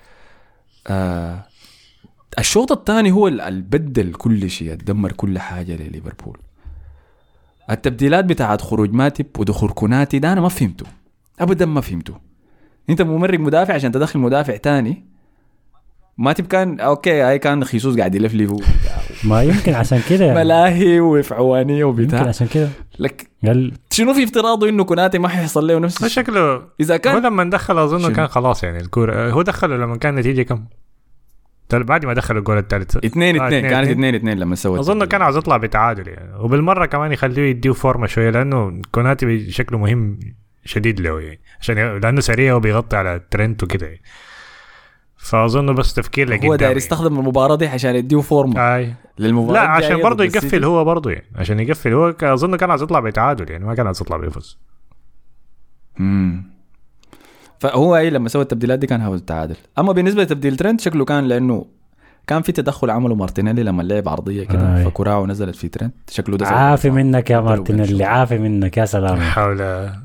آه الشوط الثاني هو اللي بدل كل شيء دمر كل حاجه لليفربول. التبديلات بتاعت خروج ماتب ودخول كوناتي ده انا ما فهمته ابدا ما فهمته. انت ممرق مدافع عشان تدخل مدافع تاني ما تبكان اوكي هاي كان خيسوس قاعد يلفلف ما يمكن عشان كده يعني. ملاهي وفعوانيه وبتاع يمكن عشان كده لك قال شنو في افتراضه انه كوناتي ما حيحصل له نفس الشيء شكله اذا كان هو لما دخل اظن كان خلاص يعني الكوره هو دخله لما كان نتيجه كم بعد ما دخل الجول الثالث اثنين اثنين كانت اثنين اثنين لما سوى اظن كان عاوز يطلع بتعادل يعني وبالمره كمان يخليه يديه فورمه شويه لانه كوناتي شكله مهم شديد له يعني عشان لانه سريع وبيغطي على ترنت وكده يعني. فاظن بس تفكير لقدام هو داير يستخدم المباراه دي عشان يديه فورمه اي للمباراه لا عشان برضه يقفل هو برضه يعني عشان يقفل هو اظن كان عايز يطلع بتعادل يعني ما كان عايز يطلع بيفوز. امم فهو اي لما سوى التبديلات دي كان هو التعادل. اما بالنسبه لتبديل ترنت شكله كان لانه كان في تدخل عمله مارتينيلي لما لعب عرضيه كده آه. فكراعه نزلت في ترنت شكله ده عافي منك يا مارتينيلي عافي منك يا سلام حول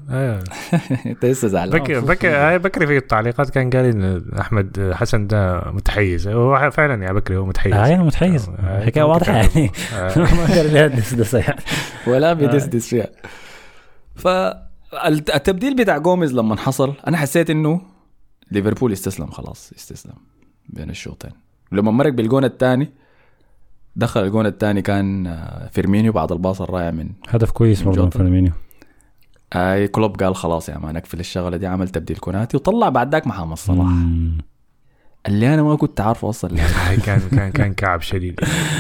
انت لسه زعلان. بكري بكري بكري في التعليقات كان قال ان احمد حسن ده متحيز هو فعلا يا بكري هو متحيز اه يعني متحيز حكايه واضحه يعني ما قال لي هدس يعني ولا بيدسدس فيها. فالتبديل بتاع جوميز لما حصل انا حسيت انه ليفربول استسلم خلاص استسلم بين الشوطين. لما مرق بالجون الثاني دخل الجون الثاني كان فيرمينيو بعد الباص الرائع من هدف كويس برضه فيرمينيو. اي كلوب قال خلاص يا ما نقفل الشغله دي عمل تبديل كوناتي وطلع بعد ذاك محمد صلاح اللي انا ما كنت عارفه اصلا كان كان كان كعب شديد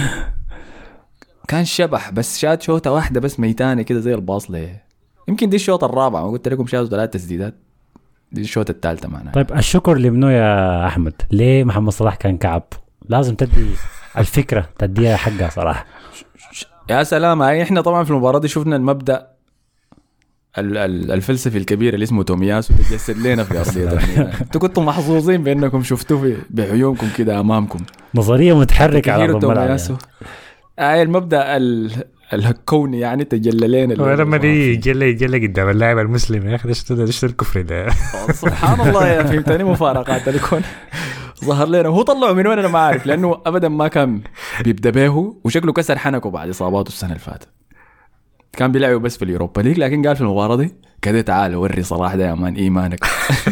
كان شبح بس شات شوطه واحده بس ميتانه كده زي الباص له. يمكن دي الشوطه الرابعه ما قلت لكم شاتوا ثلاث تسديدات دي الشوطه الثالثه معنا. طيب الشكر لمنو يا احمد ليه محمد صلاح كان كعب لازم تدي الفكره تديها حقها صراحه. يا سلام. هاي احنا طبعا في المباراة دي شفنا المبدأ الفلسفي الكبير اللي اسمه تومياسو تجسد لنا في أرضية الميدان. انتوا كنتم محظوظين بأنكم شفتوه بعيونكم كده أمامكم. نظرية متحركة على الملعب. هاي المبدأ الكوني يعني تجلى لنا. لما دي يجلى يجلى قدام اللاعب المسلم يا أخي ليش ليش الكفر ده. سبحان الله يا فهمتني مفارقات الكون ظهر لنا. هو طلعوا من وين أنا ما عارف لأنه أبدا ما كان بيبدأ به وشكله كسر حنكه بعد إصاباته السنة اللي فاتت. كان بيلعبوا بس في اليوروبا ليج لكن قال في المباراة دي كده تعال وري صلاح ده يا مان إيمانك.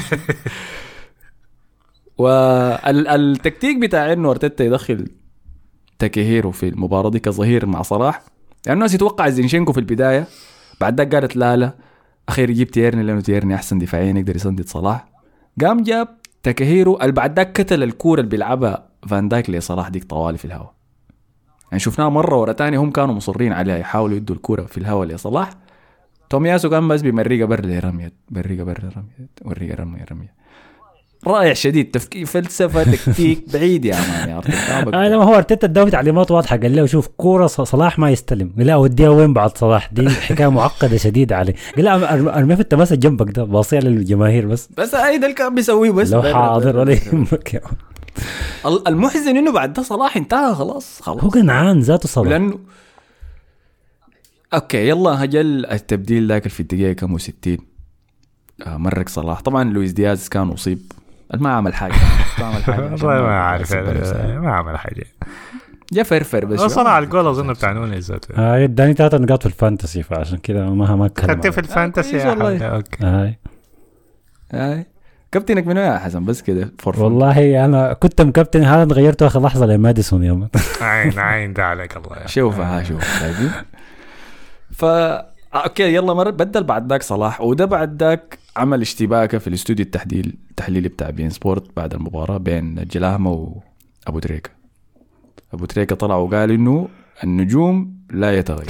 والتكتيك بتاع إنه أرتيتا يدخل تاكيهيرو في المباراة دي كظهير مع صلاح يعني الناس يتوقع زينشينكو في البداية بعد ذلك قالت لا لا أخير يجيب تيرني لأنه تيرني أحسن دفاعيا يقدر يسندد صلاح. قام جاب تاكيهيرو اللي بعد ذلك كتل الكورة اللي بيلعبها فان دايك لصلاح ديك طوالي في الهواء. يعني شفناه مرة ورا تاني هم كانوا مصرين عليها يحاولوا يدوا الكورة في الهواء لصلاح. تومياسو كان بس بمريقة بر لرمية بريقة بر لرمية وريقة رمية رمية. رائع شديد تفكير فلسفة تكتيك بعيد يا مان يا أرتيتا. أنا ما هو أرتيتا اداه تعليمات واضحة قال له شوف كورة صلاح ما يستلم لا وديها وين بعد صلاح دي حكاية معقدة شديدة عليه. قال لا أرمي في التماسك جنبك ده باصيع للجماهير بس بس أيضا كان بيسويه بس لو حاضر ولا يهمك. المحزن إنه بعد ده صلاح انتهى خلاص خلاص. هو قنعان ذاته صلاح لأنه أوكي يلا هجل التبديل ذاك في الدقيقة كم وستين آه مرق صلاح. طبعا لويس دياز كان أصيب ما عمل حاجة ما عمل حاجة ما عارف ما عمل حاجة يا فرفر بس صنع الجول أظن بتاع نونيز ذاته. آه اداني ثلاثة نقاط في الفانتسي فعشان كده ما ما كلمة خدت في الفانتسي يا حمد. أوكي هاي هاي كابتنك من يا حسن بس كده والله أنا كنت مكابتن هذا غيرته آخر لحظة لماديسون يوم. عين عين ده عليك الله. شوف ها شوف طيب فا اوكي يلا مر بدل بعد ذاك صلاح وده بعد ذاك عمل اشتباكه في الاستوديو التحليل التحليلي بتاع بين سبورت بعد المباراه بين جلاهمه وابو تريكه. ابو تريكه طلع وقال انه النجوم لا يتغير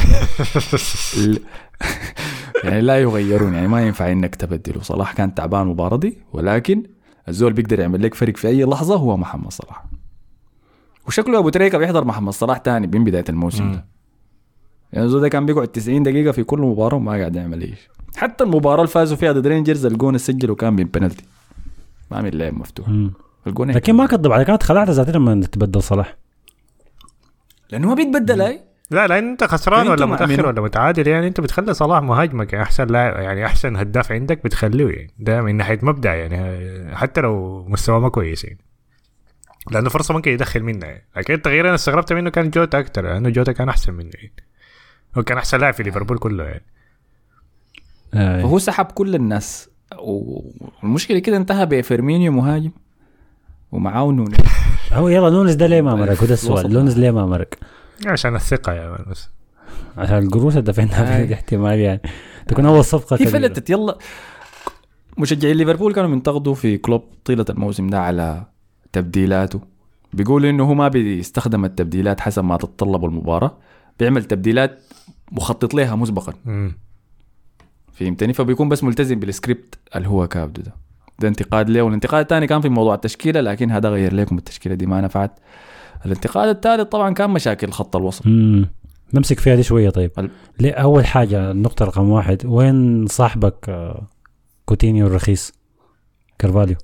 يعني لا يغيرون يعني ما ينفع انك تبدله. صلاح كان تعبان المباراه دي ولكن الزول بيقدر يعمل لك فرق في اي لحظه هو محمد صلاح. وشكله ابو تريكه بيحضر محمد صلاح تاني من بدايه الموسم ده يعني الزول ده كان بيقعد تسعين دقيقة في كل مباراة وما قاعد يعمل ايش. حتى المباراة اللي فازوا فيها ضد رينجرز الجون السجل وكان بين بنالتي ما عمل لعب مفتوح. الجون لكن ما كذب على كانت خلعت ذاتي لما تبدل صلاح لأنه ما بيتبدل اي لا لأن انت خسران ولا متأخر ولا متعادل يعني انت بتخلي صلاح مهاجمك يعني احسن لاعب يعني احسن هداف عندك بتخليه يعني ده من ناحية مبدأ يعني حتى لو مستواه ما كويس يعني لأنه فرصة ممكن يدخل منها يعني. لكن التغيير انا استغربت منه كان جوتا اكتر لأنه جوتا كان احسن منه يعني. هو كان أحسن لاعب في ليفربول كله يعني آه. فهو سحب كل الناس والمشكلة كده انتهى بفيرمينيو مهاجم ومعاه نونيز. هو يلا نونيز ده ليه ما مرق وده السؤال نونيز ليه ما مرق عشان الثقة يا مان بس عشان القروش دفعناها في احتمال يعني تكون أول صفقة كيف فلتت. يلا مشجعين ليفربول كانوا منتقدوا في كلوب طيلة الموسم ده على تبديلاته بيقول إنه هو ما بيستخدم التبديلات حسب ما تتطلب المباراة بيعمل تبديلات مخطط لها مسبقا فهمتني فبيكون بس ملتزم بالسكريبت اللي هو كابدو ده. ده انتقاد له. والانتقاد الثاني كان في موضوع التشكيلة لكن هذا غير لكم التشكيلة دي ما نفعت. الانتقاد الثالث طبعا كان مشاكل خط الوسط. امم نمسك فيها دي شوية. طيب ال... ليه أول حاجة النقطة رقم واحد وين صاحبك كوتينيو الرخيص كارفاليو؟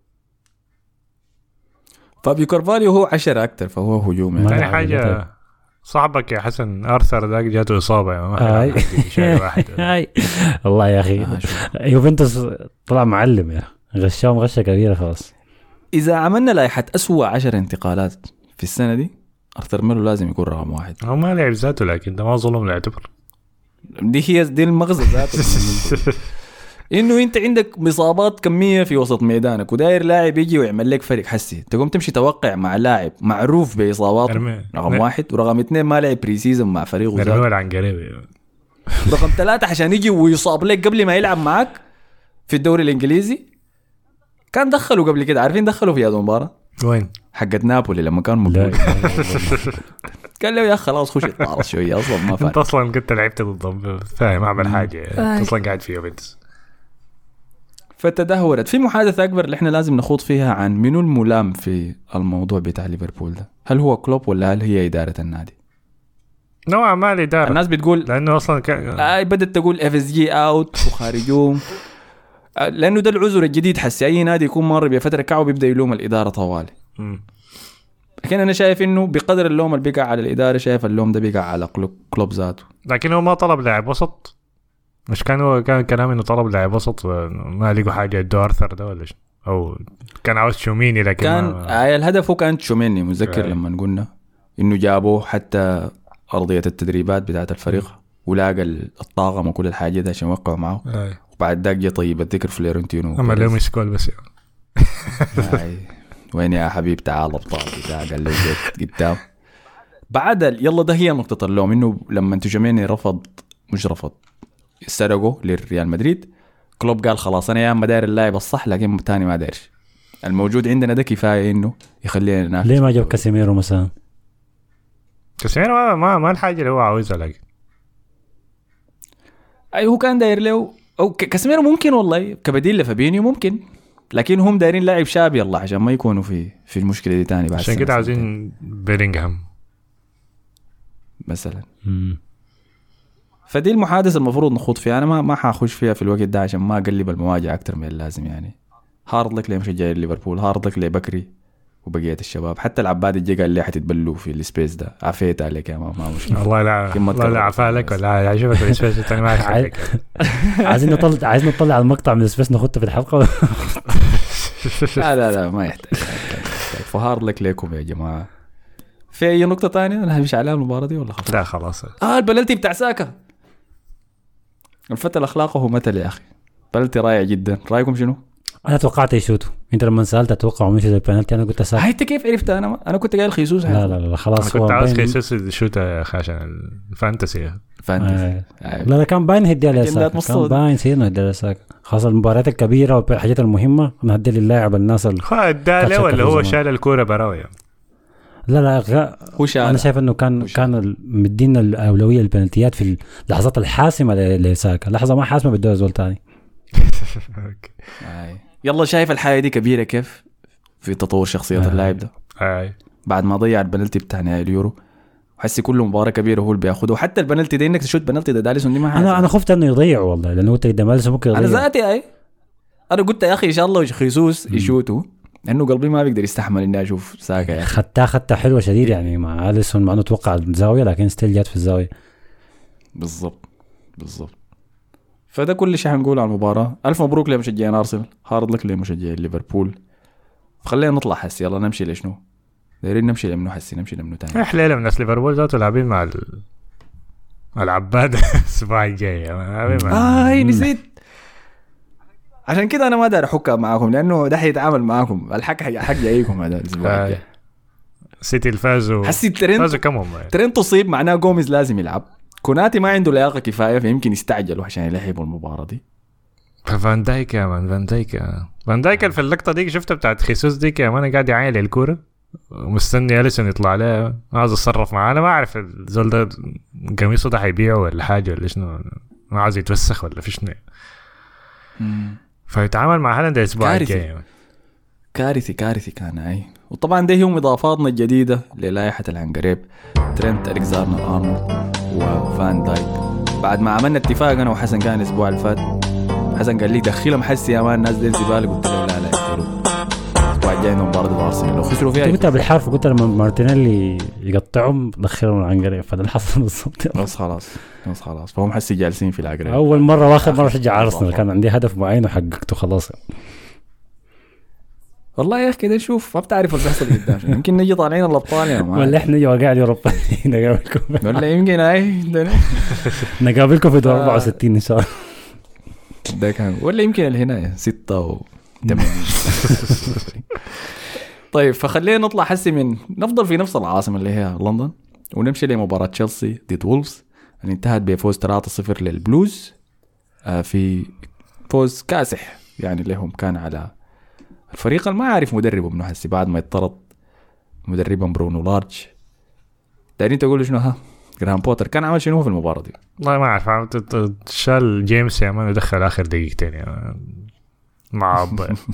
فابيو كارفاليو هو عشرة أكتر فهو هجوم يعني. ثاني حاجة صاحبك يا حسن أرثر ذاك جاته إصابة يعني ما هاي هاي الله يا أخي يوفنتوس طلع معلم يا غشام غشة كبيرة خلاص. إذا عملنا لائحة أسوأ عشر انتقالات في السنة دي أرثر ميلو لازم يكون رقم واحد. هو ما لعب ذاته لكن ده ما ظلم يعتبر. دي هي دي المغزى ذاته إنه أنت عندك مصابات كمية في وسط ميدانك وداير لاعب يجي ويعمل لك فرق حسي تقوم تمشي توقع مع لاعب معروف بإصاباته رقم واحد ورقم اثنين ما لعب بريسيزن مع فريقه ذاته عن قريب. رقم ثلاثة عشان يجي ويصاب لك قبل ما يلعب معك في الدوري الإنجليزي. كان دخلوا قبل كده عارفين دخلوا في هذا المباراة وين حقت نابولي لما كان موجود قال له يا خلاص خش الطارس شوية أصلا ما فاهم انت أصلا كنت لعبت ضد فاهم أعمل حاجة أصلا قاعد فيه بنتس. فتدهورت في محادثة أكبر اللي احنا لازم نخوض فيها عن منو الملام في الموضوع بتاع ليفربول ده. هل هو كلوب ولا هل هي إدارة النادي؟ نوعا ما الإدارة. الناس بتقول لأنه أصلا ك... آه بدأت تقول اف اس جي اوت وخارجوهم آه لأنه ده العذر الجديد. حسي أي نادي يكون مر بفترة كعب بيبدأ يلوم الإدارة طوالي. لكن أنا شايف إنه بقدر اللوم اللي بيقع على الإدارة شايف اللوم ده بيقع على كلوب ذاته. لكن هو ما طلب لاعب وسط. مش كان هو كان كلام إنه طلب لاعب وسط ما لقوا حاجة يدو أرثر ده ولا شيء أو كان عاوز تشوميني. لكن كان ما... آه الهدف هو كان تشوميني متذكر لما قلنا إنه جابوه حتى أرضية التدريبات بتاعت الفريق ولاقى الطاقم وكل الحاجة ده عشان يوقعوا معه. أي. وبعد ذاك جه طيب الذكر فلورنتينو أما لو مسكول بس يعني. وين يا حبيب تعال ابطال ده قال له قدام بعد يلا. ده هي نقطة اللوم إنه لما تشوميني رفض مش رفض سرقوا للريال مدريد. كلوب قال خلاص أنا يا أما داير اللاعب الصح لكن تاني ما دايرش. الموجود عندنا ده كفاية إنه يخلينا ننافس. ليه ما جاب كاسيميرو مثلا؟ كاسيميرو ما ما, ما الحاجة اللي هو عاوزها. لكن أي هو كان داير له أو كاسيميرو ممكن والله كبديل لفابينيو ممكن. لكن هم دايرين لاعب شاب يلا عشان ما يكونوا في في المشكلة دي تاني. عشان كده عاوزين بيلينغهام مثلا. مم. فدي المحادثة المفروض نخوض فيها. أنا ما ما حاخش فيها في الوقت ده عشان ما أقلب المواجهة أكتر من اللازم. يعني هارد لك لمشجعي ليفربول هارد لك لبكري وبقية الشباب. حتى العباد الجي قال لي حتتبلوا في السبيس ده عفيت عليك يا ما, ما مشكلة. الله لا الله لا عفا لك ولا عجبك في السبيس الثاني ما عجبك. عايزين نطلع عايزين نطلع على المقطع من السبيس نخطه في الحلقة. لا لا لا ما يحتاج. فهارد لك ليكم يا جماعة. في أي نقطة تانية أنا همشي عليها المباراة دي ولا خلاص؟ لا خلاص. آه البلنتي بتاع ساكا الفتى أخلاقه مثل يا أخي. بلنتي رائع جدا. رأيكم شنو؟ أنا توقعت يشوتوا. أنت لما سألت أتوقع مش زي البنالتي أنا قلت ساكا. هاي أنت كيف عرفت؟ أنا أنا كنت قايل خيسوس. لا لا لا خلاص كنت عاوز خيسوس يشوت عشان الفانتسي. فانتسي. آه. لا لا كان باين هدي على ساكا. كان باين سيرنا هدي على ساكا. خاصة المباريات الكبيرة والحاجات المهمة أنا هدي للاعب الناس. هدى ولا هو شال الكورة براوي؟ لا لا غ... أنا شايف إنه كان كان مدينا الأولوية للبنالتيات في اللحظات الحاسمة لساكا. لحظة ما حاسمة بدها زول تاني. يلا شايف الحياة دي كبيرة كيف في تطور شخصية آه. اللاعب ده آه. بعد ما ضيع البنالتي بتاع نهائي اليورو. حسي كل مباراة كبيرة هو اللي بياخده. وحتى البنالتي ده إنك تشوت بنالتي ده داليسون دي ما أنا أنا خفت إنه يضيع والله لأنه قلت قدام داليسون ممكن يضيع. أنا ذاتي أي أنا قلت يا أخي إن شاء الله خيسوس يشوتوا لأنه قلبي ما بيقدر يستحمل إني أشوف ساكا. يعني خدتها خدتها حلوة شديد يعني مع داليسون مع إنه توقع الزاوية لكن ستيل جات في الزاوية. بالضبط بالضبط. فده كل شيء هنقول عن المباراة. ألف مبروك لمشجعين أرسنال. هارد لك لمشجعين ليفربول. خلينا نطلع حسي يلا نمشي لشنو دايرين نمشي لمنو حسي نمشي لمنو تاني. احلى من ناس ليفربول ذاته لاعبين مع ال... العباد الاسبوع الجاي. اه هي نسيت. عشان كده انا ما داير احكها معاكم لانه ده حيتعامل معاكم الحق حق جايكم هذا الاسبوع الجاي. سيتي الفازوا حسي الترند فازوا كم هم ترند تصيب معناه جوميز لازم يلعب. كوناتي ما عنده لياقه كفايه فيمكن يستعجلوا عشان يلعبوا المباراه دي. فان دايك يا مان فان دايك فان دايك في اللقطه دي شفتها بتاعت خيسوس دي كمان انا قاعد يعاين الكوره ومستني أليسون يطلع له عاوز اتصرف معاه. انا ما اعرف الزول ده قميصه ده حيبيعه ولا حاجه ولا شنو ما عاوز يتوسخ ولا في شنو. فيتعامل مع هالاند الاسبوع الجاي. كارثي كارثي كان هاي. وطبعا ده هم اضافاتنا الجديده للائحه العنقريب ترينت ألكساندر أرنولد وفان دايك. بعد ما عملنا اتفاق انا وحسن كان الاسبوع اللي فات حسن قال لي دخلهم حسي يا مان الناس دي زباله. قلت له لا لا يقتلوا الاسبوع جاي مباراه ارسنال لو خسروا فيها. قلت بالحرف قلت لما مارتينيلي يقطعهم دخلهم العنقريب فده اللي حصل بالضبط. بس خلاص بس خلاص فهم حسي جالسين في العنقريب. اول مره واخر مره شجع ارسنال كان عندي هدف معين وحققته خلاص. والله يا اخي كده نشوف ما بتعرف اللي بيحصل قدام. يمكن نجي طالعين الابطال يا مان ولا احنا نجي واقع اوروبا نقابلكم ولا يمكن هاي نقابلكم في دور أربعة وستين ان شاء الله. ده كان ولا يمكن هنا ستة وثمانين. طيب فخلينا نطلع حسي من نفضل في نفس العاصمة اللي هي لندن ونمشي لمباراة تشيلسي ضد وولفز اللي انتهت بفوز ثلاثة صفر للبلوز في فوز كاسح يعني لهم. كان على الفريق اللي ما عارف مدربه منه حسي بعد ما يطرد مدربهم برونو لارج. دايرين تقولوا شنو ها جرام بوتر كان عمل شنو في المباراة دي؟ والله ما أعرف. عملت شال جيمس يا مان ودخل آخر دقيقتين يا مع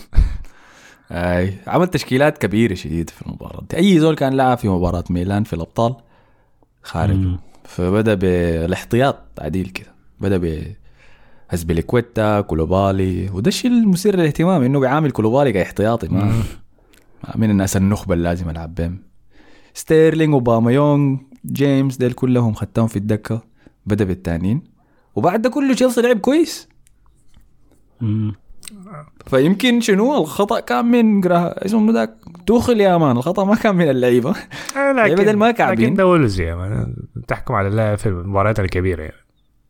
أي عمل تشكيلات كبيرة شديد في المباراة دي. أي زول كان لعب في مباراة ميلان في الأبطال خارج فبدا بالاحتياط عديل كده، بدا بهزبيليكويتا كولوبالي، وده الشيء المثير للاهتمام انه بيعامل كولوبالي كاحتياطي، ما من الناس النخبه اللي لازم العب بهم. ستيرلينج وباميونغ جيمس ديل كلهم خدتهم في الدكه، بدا بالتانيين، وبعد ده كله تشيلسي لعب كويس. مم. فيمكن شنو الخطا كان من جراه اسمه ذاك توخل يا مان، الخطا ما كان من اللعيبه. اللعيبه ديل ما كعبين، لكن ده ولز يا مان تحكم على اللاعب في المباريات الكبيره يعني.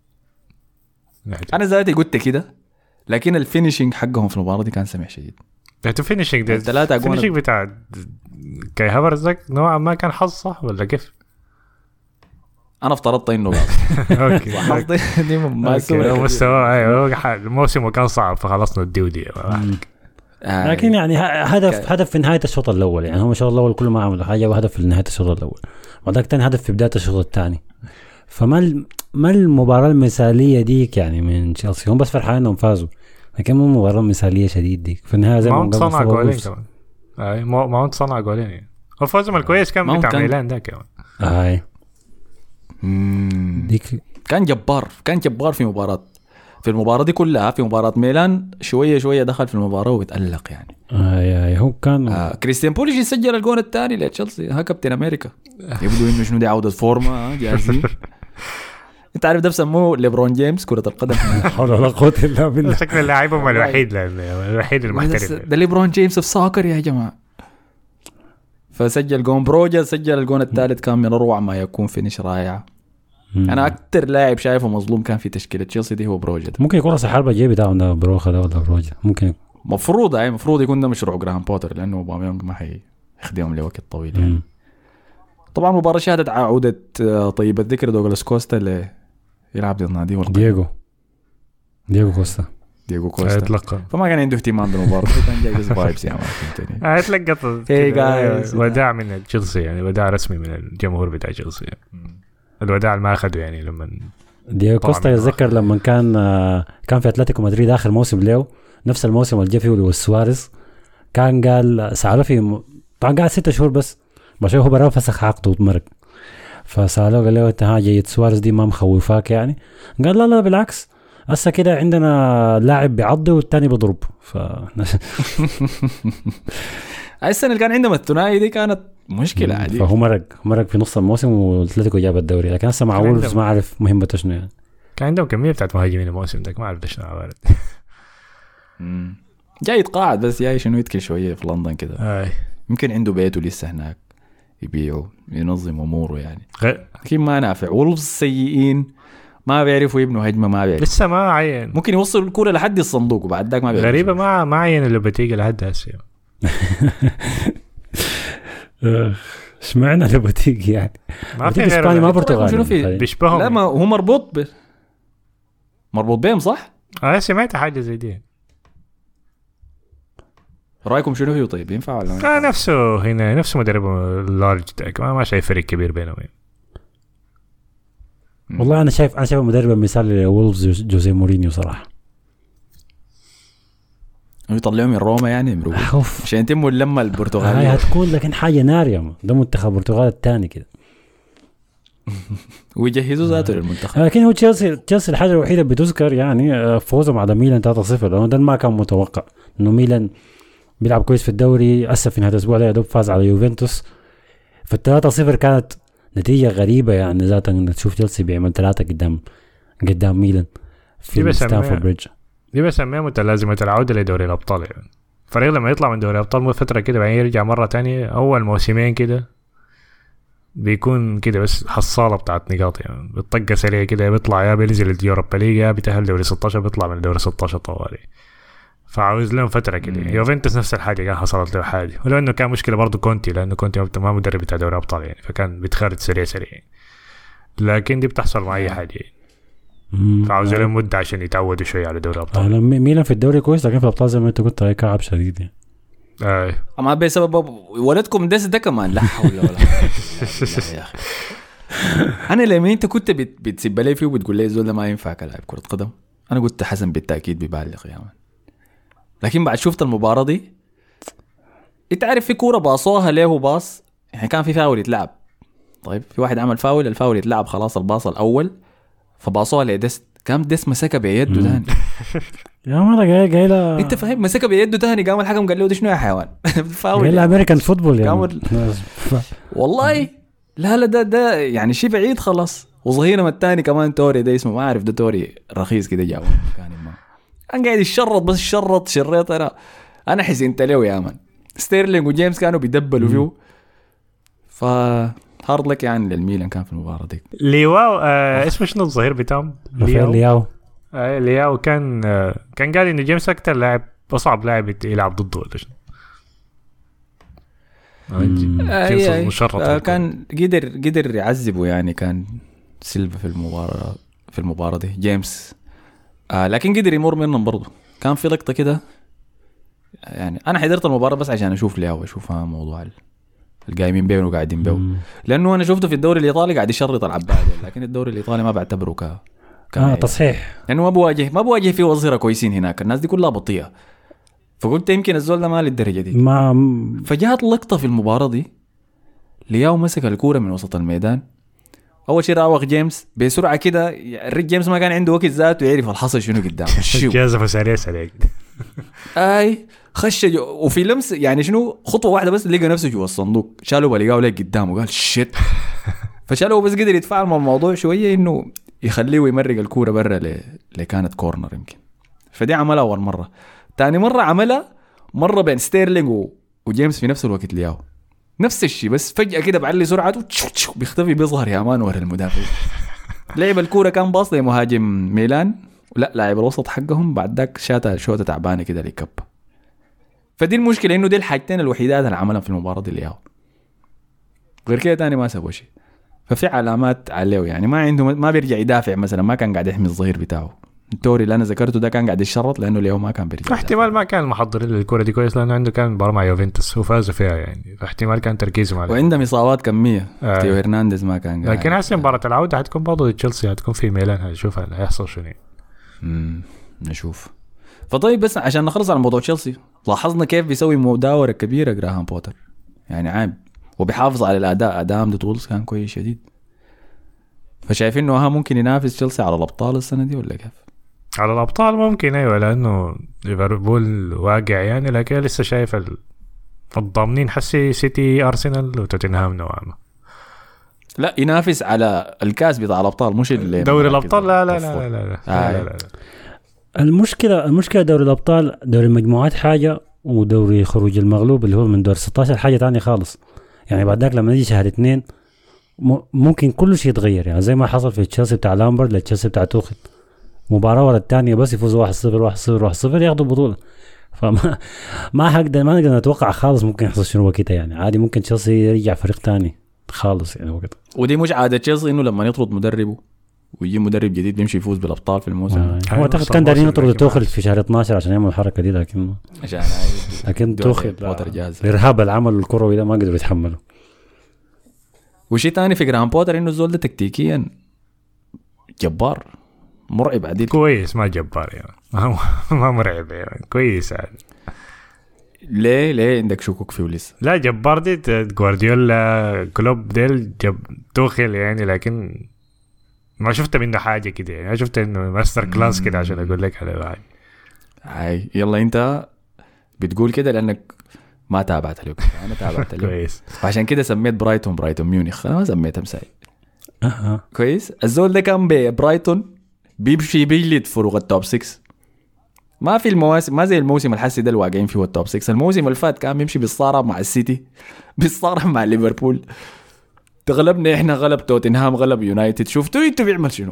انا ذاتي قلت كده، لكن الفينيشنج حقهم في المباراه دي كان سمع شديد. ده فينيشنج ده الثلاثه الفينيشنج بتاع كاي هافرز ذاك نوعا ما كان حظ صح ولا كيف؟ انا افترضت انه غلط. اوكي حظي دي ما سوى مستوى. ايوه الموسم كان صعب فخلصنا الدودي. لكن يعني هدف هدف في نهايه الشوط الاول، يعني هم الشوط الاول كله ما عملوا حاجه، وهدف في نهايه الشوط الاول، وذاك ثاني هدف في بدايه الشوط الثاني. فما ما المباراه المثاليه ديك يعني من تشيلسي، هم بس فرحانين انهم فازوا، لكن مو مباراه مثاليه شديد ديك في النهايه. زي ما ما صنع جولين كمان. اي ما ما صنع جولين يعني. وفوزهم الكويس كان بتاع ميلان ده كمان. اي ديك كان جبار، كان جبار في مباراة في المباراة دي كلها. في مباراة ميلان شوية شوية دخل في المباراة وبتألق يعني. اي اي هو كان آه كريستيان بوليش سجل الجون الثاني لتشيلسي، ها كابتن امريكا. يبدو انه شنو دي عودة فورمة جاهزين. انت عارف ده بسموه ليبرون جيمس كرة القدم. حول ولا قوة الا بالله. شكل اللاعب الوحيد الوحيد المحترف ده ليبرون جيمس في ساكر يا جماعة. فسجل جون بروجا، سجل الجون الثالث كان من اروع ما يكون، فينيش رائع. انا اكتر لاعب شايفه مظلوم كان في تشكيله تشيلسي دي هو بروجا. ممكن يكون راس الحربه جاي بتاعه بروخا ده ولا بروجا، ممكن مفروض اي مفروض يكون ده مشروع جراهام بوتر، لانه اوباميونغ ما حيخدمهم لوقت طويل يعني. طبعا مباراه شهدت عوده طيب الذكر دوغلاس كوستا اللي يلعب ضد نادي والقدم. دييغو دييغو كوستا دييغو كوستا اتلقى، فما كان عنده اهتمام بالمباراه، كان جاي بس فايبس يعني. اتلقط وداع من تشيلسي يعني، وداع رسمي من الجمهور بتاع تشيلسي يعني. الوداع اللي ما اخذه يعني. لما دييغو كوستا يتذكر لما كان كان في اتلتيكو مدريد اخر موسم له، نفس الموسم اللي جا فيه والسواريز، كان قال سأله في طبعا قاعد ستة شهور بس بشوف هو برا فسخ عقده وتمرق، فسأله قال له انت ها جاي سواريز دي ما مخوفاك يعني؟ قال لا لا بالعكس، هسه كده عندنا لاعب بيعضي والتاني بيضرب. ف السنة اللي كان عندهم الثنائي دي كانت مشكلة عادي. فهو مرق مرق في نص الموسم والاتلتيكو جاب الدوري، لكن هسه مع وولفز ما عارف مهمته شنو يعني. كان عندهم كمية بتاعت مهاجمين الموسم ده ما عارف شنو عبارة. جاي يتقاعد بس جاي شنو يتكل شوية في لندن كده. آه. يمكن عنده بيته لسه هناك يبيعه ينظم أموره يعني. غ... لكن ما نافع. وولفز سيئين، ما بيعرفوا يبنوا هجمة، ما بيعرفوا لسه ما عين. ممكن يوصل الكرة لحد الصندوق وبعد ذاك ما بيعرفوا. غريبة ما ما عين اللي بتيجي لحد هسه. ايش معنى اللي بتيجي يعني؟ ما في اسباني ما برتغالي بيشبههم. لا ما هو مربوط ب مربوط بهم صح؟ اه سمعت حاجة زي دي. رأيكم شنو فيه طيب؟ ينفع ولا ما؟ نفسه هنا نفسه مدرب لارج تاك، ما ما شايف فرق كبير بينهم. والله انا شايف انا شايف المدرب المثالي لولفز جوزيه مورينيو صراحه. يطلعوا من روما يعني عشان يتموا اللمه البرتغاليه. هاي هتكون لكن حاجه ناريه، ده منتخب البرتغال الثاني كده. ويجهزوا ذاته للمنتخب. لكن هو تشيلسي تشيلسي الحاجه الوحيده بتذكر يعني فوزهم على ميلان ثلاثة صفر، لانه ده ما كان متوقع انه ميلان بيلعب كويس في الدوري. اسف في نهايه الاسبوع ده دوب فاز على يوفنتوس، فالثلاثة صفر كانت نتيجه غريبه يعني ذاتها انك تشوف تشيلسي بيعمل ثلاثه قدام قدام ميلان في ستانفورد بريدج. دي بسميها متلازمه العوده لدوري الابطال يعني. فريق لما يطلع من دوري الابطال فتره كده بعدين يرجع مره تانية، اول موسمين كده بيكون كده بس حصاله بتاعت نقاط يعني، بتطقه سريع كده، بيطلع يا بينزل اليوروبا ليج يا بيتاهل دوري ستة عشر، بيطلع من دوري ستة عشر طوالي. فعاوز لهم فتره كده. يوفنتوس نفس الحاجه كان حصلت له حاجه، ولو انه كان مشكله برضه كونتي، لانه كونتي ما مدرب بتاع دوري ابطال يعني، فكان بيتخرج سريع سريع. لكن دي بتحصل مع اي حاجه يعني. فعاوز لهم مده عشان يتعودوا شويه على دوري الابطال. انا ميلان في الدوري كويس، لكن في الابطال زي ما انت قلت هي كعب شديد يعني. اي اما بسبب ولدكم دس ده كمان. لا حول ولا قوه يا اخي. انا لما انت كنت بتسب لي فيه وبتقول لي زول ما ينفع كلاعب كره قدم، انا قلت حسن بالتاكيد ببالغ يا مان. لكن بعد شفت المباراه دي انت عارف في كوره باصوها له باص يعني كان في فاول يتلعب، طيب في واحد عمل فاول، الفاول يتلعب خلاص الباص الاول فباصوها لدست، كام دست مسكها بيده ثاني يا مرة جاي جاي لا انت فاهم، مسكها بيده ثاني، قام الحكم قال له ده شنو يا حيوان فاول جاي لا امريكان فوتبول يعني كامل. والله لا لا ده ده يعني شيء بعيد خلاص. وظهيرنا الثاني كمان توري ده اسمه ما اعرف، ده توري رخيص كده جاو مكان ما انا قاعد يشرط بس شرط شريط انا انا حزنت له يا مان. ستيرلينج وجيمس كانوا بيدبلوا فيه ف هارد لك يعني للميلان كان في المباراة دي. ليواو آه اسمه شنو الظهير بتاعهم؟ لياو لياو آه لياو كان آه كان قال انه جيمس اكتر لاعب اصعب لاعب يلعب ضده ولا شنو؟ آه مشرط آه كان قدر قدر يعذبه يعني. كان سيلفا في المباراة في المباراة دي جيمس آه لكن قدر يمر منهم برضه. كان في لقطة كده يعني أنا حضرت المباراة بس عشان أشوف لياو وأشوفها موضوع القايمين بيه وقاعدين بيه، لأنه أنا شفته في الدوري الإيطالي قاعد يشرط العباد، لكن الدوري الإيطالي ما بعتبره ك آه تصحيح لأنه ما بواجه ما بواجه فيه وظيرة كويسين هناك، الناس دي كلها بطيئة، فقلت يمكن الزول ده ما للدرجة دي ما فجاءت لقطة في المباراة دي لياو مسك الكورة من وسط الميدان، أول شيء راوغ جيمس بسرعة كده، الريك جيمس ما كان عنده وقت ذاته يعرف الحصل شنو قدام جازف سريع سريع اي خش جو. وفي لمس يعني شنو خطوة واحدة بس لقى نفسه جوا الصندوق، شالوا بلقاه لقى قدامه وقال شيت فشالوا بس قدر يتفاعل مع الموضوع شوية انه يخليه ويمرق الكورة برا ل... لكانت كورنر يمكن. فدي عملها أول مرة. تاني مرة عملها مرة بين ستيرلينج و... وجيمس في نفس الوقت لياو نفس الشيء، بس فجأة كده بعلي سرعته بيختفي بيظهر يا مان ورا المدافع. لعب الكورة كان باص لمهاجم ميلان لا لاعب الوسط حقهم، بعد ذاك شاته شوطة تعبانة كده لكب. فدي المشكلة انه دي الحاجتين الوحيدات اللي عملها في المباراة دي لياو، غير كده تاني ما سوى شيء. ففي علامات عليه يعني ما عنده ما بيرجع يدافع مثلا، ما كان قاعد يحمي الظهير بتاعه. التوري اللي انا ذكرته ده كان قاعد يشرط لانه لياو ما كان بيرجع. احتمال ما كان محضرين للكرة دي كويس لانه عنده كان مباراة مع يوفنتوس وفازوا فيها يعني، فاحتمال كان تركيزه عليه وعنده اصابات كمية. آه. تيو هرنانديز ما كان قاعد. لكن هسه مباراة العودة هتكون برضه تشيلسي، هتكون في ميلان، هنشوف هيحصل شنو. امم نشوف. فطيب بس عشان نخلص على موضوع تشيلسي، لاحظنا كيف بيسوي مداورة كبيرة جراهام بوتر يعني عام، وبيحافظ على الاداء. اداء دي طولز كان كويس شديد. فشايفين انه ها ممكن ينافس تشيلسي على الابطال السنة دي ولا كيف؟ على الابطال ممكن ايوه، لانه ليفربول واقع يعني، لكن لسه شايف الضامنين حسي سيتي ارسنال وتوتنهام نوعا ما. لا ينافس على الكاس بتاع الابطال مش دوري الابطال. لا لا لا لا لا, لا, آه. لا, لا, لا. المشكله المشكله دوري الابطال دوري المجموعات حاجه، ودوري خروج المغلوب اللي هو من دور ستة عشر حاجه تانية خالص يعني. بعد ذاك لما نيجي شهر اثنين ممكن كل شيء يتغير يعني، زي ما حصل في تشيلسي بتاع لامبرد لتشيلسي بتاع توخل، مباراة ورا الثانية بس يفوزوا واحد صفر واحد صفر واحد صفر ياخدوا البطولة. فما ما حقدر ما نقدر نتوقع خالص ممكن يحصل شنو وقتها يعني. عادي ممكن تشيلسي يرجع فريق تاني خالص يعني وقتها. ودي مش عادة تشيلسي انه لما يطرد مدربه ويجي مدرب جديد بيمشي يفوز بالابطال في الموسم. آه. هو اعتقد كان دارين يطرد توخل في شهر اثناشر عشان يعمل الحركة دي، لكن عشان لكن توخل الارهاب العمل الكروي ده ما قدروا يتحملوا. وشي تاني في جراهام بوتر انه الزول ده تكتيكيا جبار مرعب عديد. كويس ما جبار يعني ما مرعب يعني كويس يعني. ليه ليه عندك شكوك فيه لسه؟ لا جبار دي جوارديولا كلوب ديل جب توخيل يعني، لكن ما شفت منه حاجة كده يعني. شفت انه ماستر كلاس كده عشان اقول لك على واحد. هاي يلا انت بتقول كده لانك ما تابعت له. انا تابعت له كويس، وعشان كده سميت برايتون برايتون ميونخ. انا ما سميتها مساي. اها كويس. الزول ده كان ببرايتون بيمشي بيجلد فروق التوب ستة. ما في المواسم ما زي الموسم الحسي ده الواقعين فيه التوب ستة. الموسم اللي فات كان بيمشي بالصارم مع السيتي، بالصارم مع ليفربول، تغلبنا احنا، غلب توتنهام، غلب يونايتد. شفتوا انتوا بيعمل شنو؟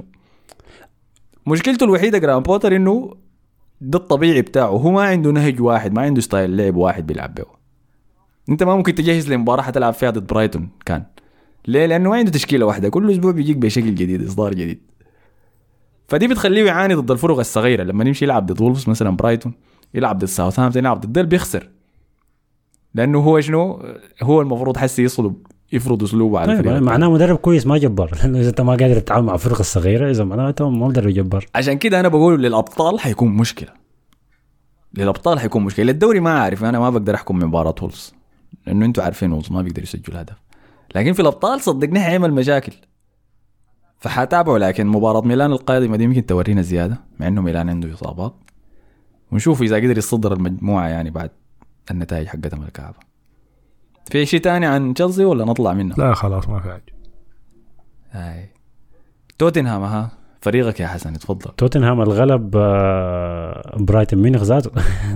مشكلته الوحيده جرام بوتر انه ده الطبيعي بتاعه، هو ما عنده نهج واحد، ما عنده ستايل لعب واحد بيلعب به. انت ما ممكن تجهز لمباراه حتلعب فيها ضد برايتون كان ليه؟ لانه ما عنده تشكيله واحده، كل اسبوع بيجيك بشكل جديد، اصدار جديد. فدي بتخليه يعاني ضد الفرق الصغيره. لما يمشي يلعب ضد وولفز مثلا، برايتون، يلعب ضد ساوثهامبتون، يلعب ضد ديل، بيخسر. لانه هو شنو هو المفروض حسي يصلب يفرض اسلوبه على الفريق. معناه مدرب كويس ما جبار، لانه اذا انت ما قادر تتعامل مع الفرق الصغيره اذا معناته ما مدرب جبار. عشان كده انا بقول للابطال حيكون مشكله، للابطال حيكون مشكله. للدوري ما عارف، انا ما بقدر احكم من مباراه وولفز لانه انتوا عارفين وولفز ما بيقدر يسجل هدف. لكن في الابطال صدقني حيعمل مشاكل فحتابعه. لكن مباراة ميلان القادمة دي يمكن تورينا زيادة مع انه ميلان عنده اصابات ونشوف اذا قدر يصدر المجموعة يعني بعد النتائج حقتهم الكعبة. في شيء تاني عن تشيلسي ولا نطلع منه؟ لا خلاص ما في حاجة. هاي توتنهام ها فريقك يا حسن اتفضل. توتنهام الغلب برايتون ميونخ ذاته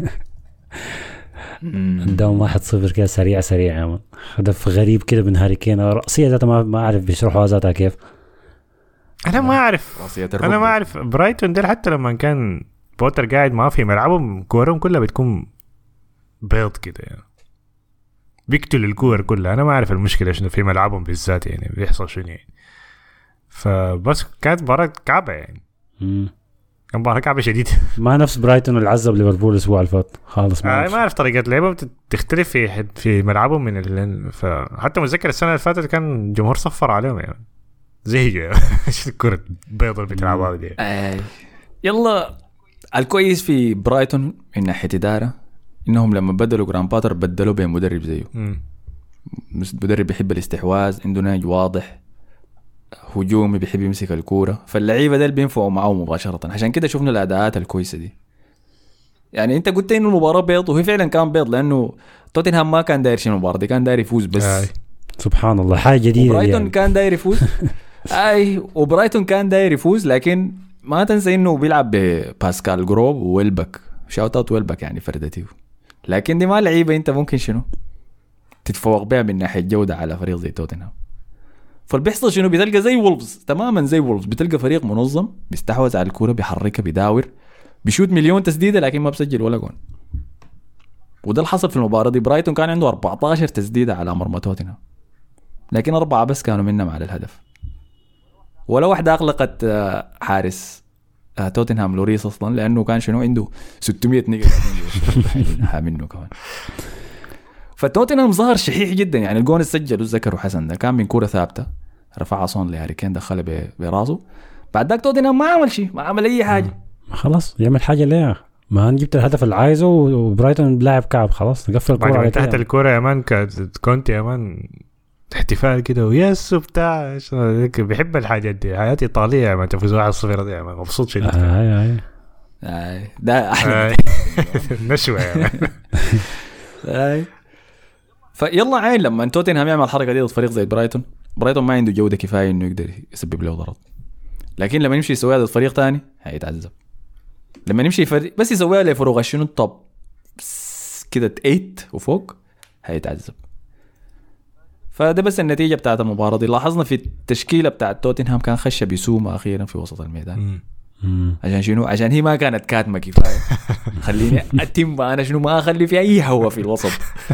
قدام واحد صفر كده سريع سريع يا مان. هدف غريب كده من هاري كين رأسية ذاتها ما ما أعرف بيشرحوا ذاتها كيف. أنا ما أعرف أنا ما أعرف برايتون ده حتى لما كان بوتر قاعد ما في ملعبهم كورهم كلها بتكون بيض كده يعني. بيقتل الكور كلها. أنا ما أعرف المشكلة شنو في ملعبهم بالذات يعني بيحصل شنو يعني. فبس كانت مباراة كعبة يعني. مم. كان مباراة كعبة شديد. ما نفس برايتون اللي عذب ليفربول الأسبوع اللي فات خالص. ما, آه ما أعرف طريقة لعبهم تختلف في في ملعبهم من ال... فحتى متذكر السنة اللي فاتت كان جمهور صفر عليهم يعني. زهجوا يعني. الكرة بيضة اللي بتلعبها دي. آه. يلا الكويس في برايتون من ناحية إدارة إنهم لما بدلوا جرام باتر بدلوا بين مدرب زيه. مدرب بيحب الاستحواذ عنده نهج واضح هجومي بيحب يمسك الكورة فاللعيبة ده اللي بينفعوا معه مباشرة. عشان كده شفنا الأداءات الكويسة دي. يعني أنت قلت إنه المباراة بيض وهي فعلا كان بيض لأنه توتنهام ما كان داير شيء المباراة دي كان داير يفوز بس. آه. سبحان الله حاجة جديدة. برايتون يعني. كان داير يفوز. أي وبرايتون كان داير يفوز لكن ما تنسى إنه بيلعب بباسكال جروب وويلبك شاوت اوت ويلبك يعني فردتيه. لكن دي ما لعيبة أنت ممكن شنو تتفوق بها من ناحية جودة على فريق زي توتنهام. فالبيحصل شنو بتلقى زي وولفز تماما زي وولفز بتلقى فريق منظم بيستحوذ على الكرة بيحركها بيداور بيشوت مليون تسديدة لكن ما بسجل ولا جون. وده الحصل في المباراة دي. برايتون كان عنده أربعة عشر تسديدة على مرمى توتنهام لكن أربعة بس كانوا منهم على الهدف ولا واحدة أغلقت حارس توتنهام لوريس أصلا لأنه كان شنو عنده ستمية نقل منه كمان. فتوتنهام ظهر شحيح جدا يعني. الجون السجل الذكر وحسن ده كان من كرة ثابتة رفعها صون لهاري كين دخلها براسه. بعد ذاك توتنهام ما عمل شيء ما عمل أي حاجة. خلاص يعمل حاجة ليه ما جبت الهدف اللي عايزه وبرايتون لاعب كعب خلاص قفل الكرة على تحت الكرة يا مان كنت يا مان احتفال كده ويس بتاع بيحب الحاجات دي. حياة إيطالية يا مان تفوز واحد صفر دي يا مان مبسوط شديد. آه آه آه. ده أحلى نشوة يا مان. آه. فيلا عين لما توتنهام يعمل الحركة دي ضد فريق زي برايتون. برايتون ما عنده جودة كفاية إنه يقدر يسبب له ضرر لكن لما يمشي يسويها ضد فريق تاني هيتعذب. لما يمشي فريق بس يسويها لفروق شنو الطب كده ثمانية وفوق هيتعذب. فده بس النتيجة بتاعت المباراة دي. لاحظنا في التشكيلة بتاعت توتنهام كان خش بيسوما أخيرا في وسط الميدان. عشان شنو عشان هي ما كانت كاتمة كفاية. خليني أتم أنا شنو ما أخلي في أي هوا في الوسط.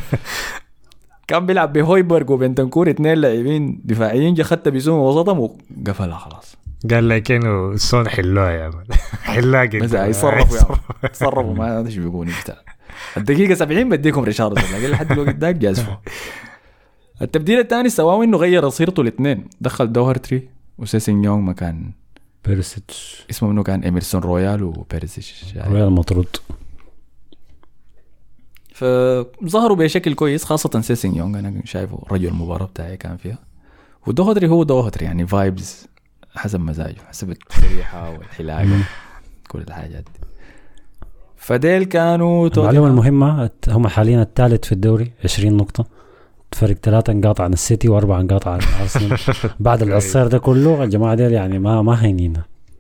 كان بيلعب بهويبرغ وبنتنكور اثنين لاعبين دفاعيين جا خدت بيسوما وسطهم وقفلها خلاص. قال لك إنه الصون حلوها يا مان حلوها جدا. بس يصرفوا يا يصرفوا ما أدري شو بيقولوا بتاع. الدقيقة سبعين بديكم ريشارد لكن لحد الوقت ده جازفوا. التبديل الثاني سواء إنه غير صيرته الاثنين دخل دوهرتري وسيسين يونغ مكان بيرسيتش اسمه منه كان إميرسون رويال وبيرسيتش رويال مطرود. فظهروا بشكل كويس خاصة سيسين يونغ أنا شايفه رجل المباراة بتاعي كان فيها. ودوهرتري هو دوهرتري يعني فايبز حسب مزاجه حسب التريحة والحلاقة كل الحاجات دي. فديل كانوا المعلومة المهمة هم حاليا الثالث في الدوري عشرين نقطة فرق ثلاثة نقاط عن السيتي وأربعة نقاط عن أرسنال. بعد العصير ده كله الجماعة ديل يعني ما ما هينينا.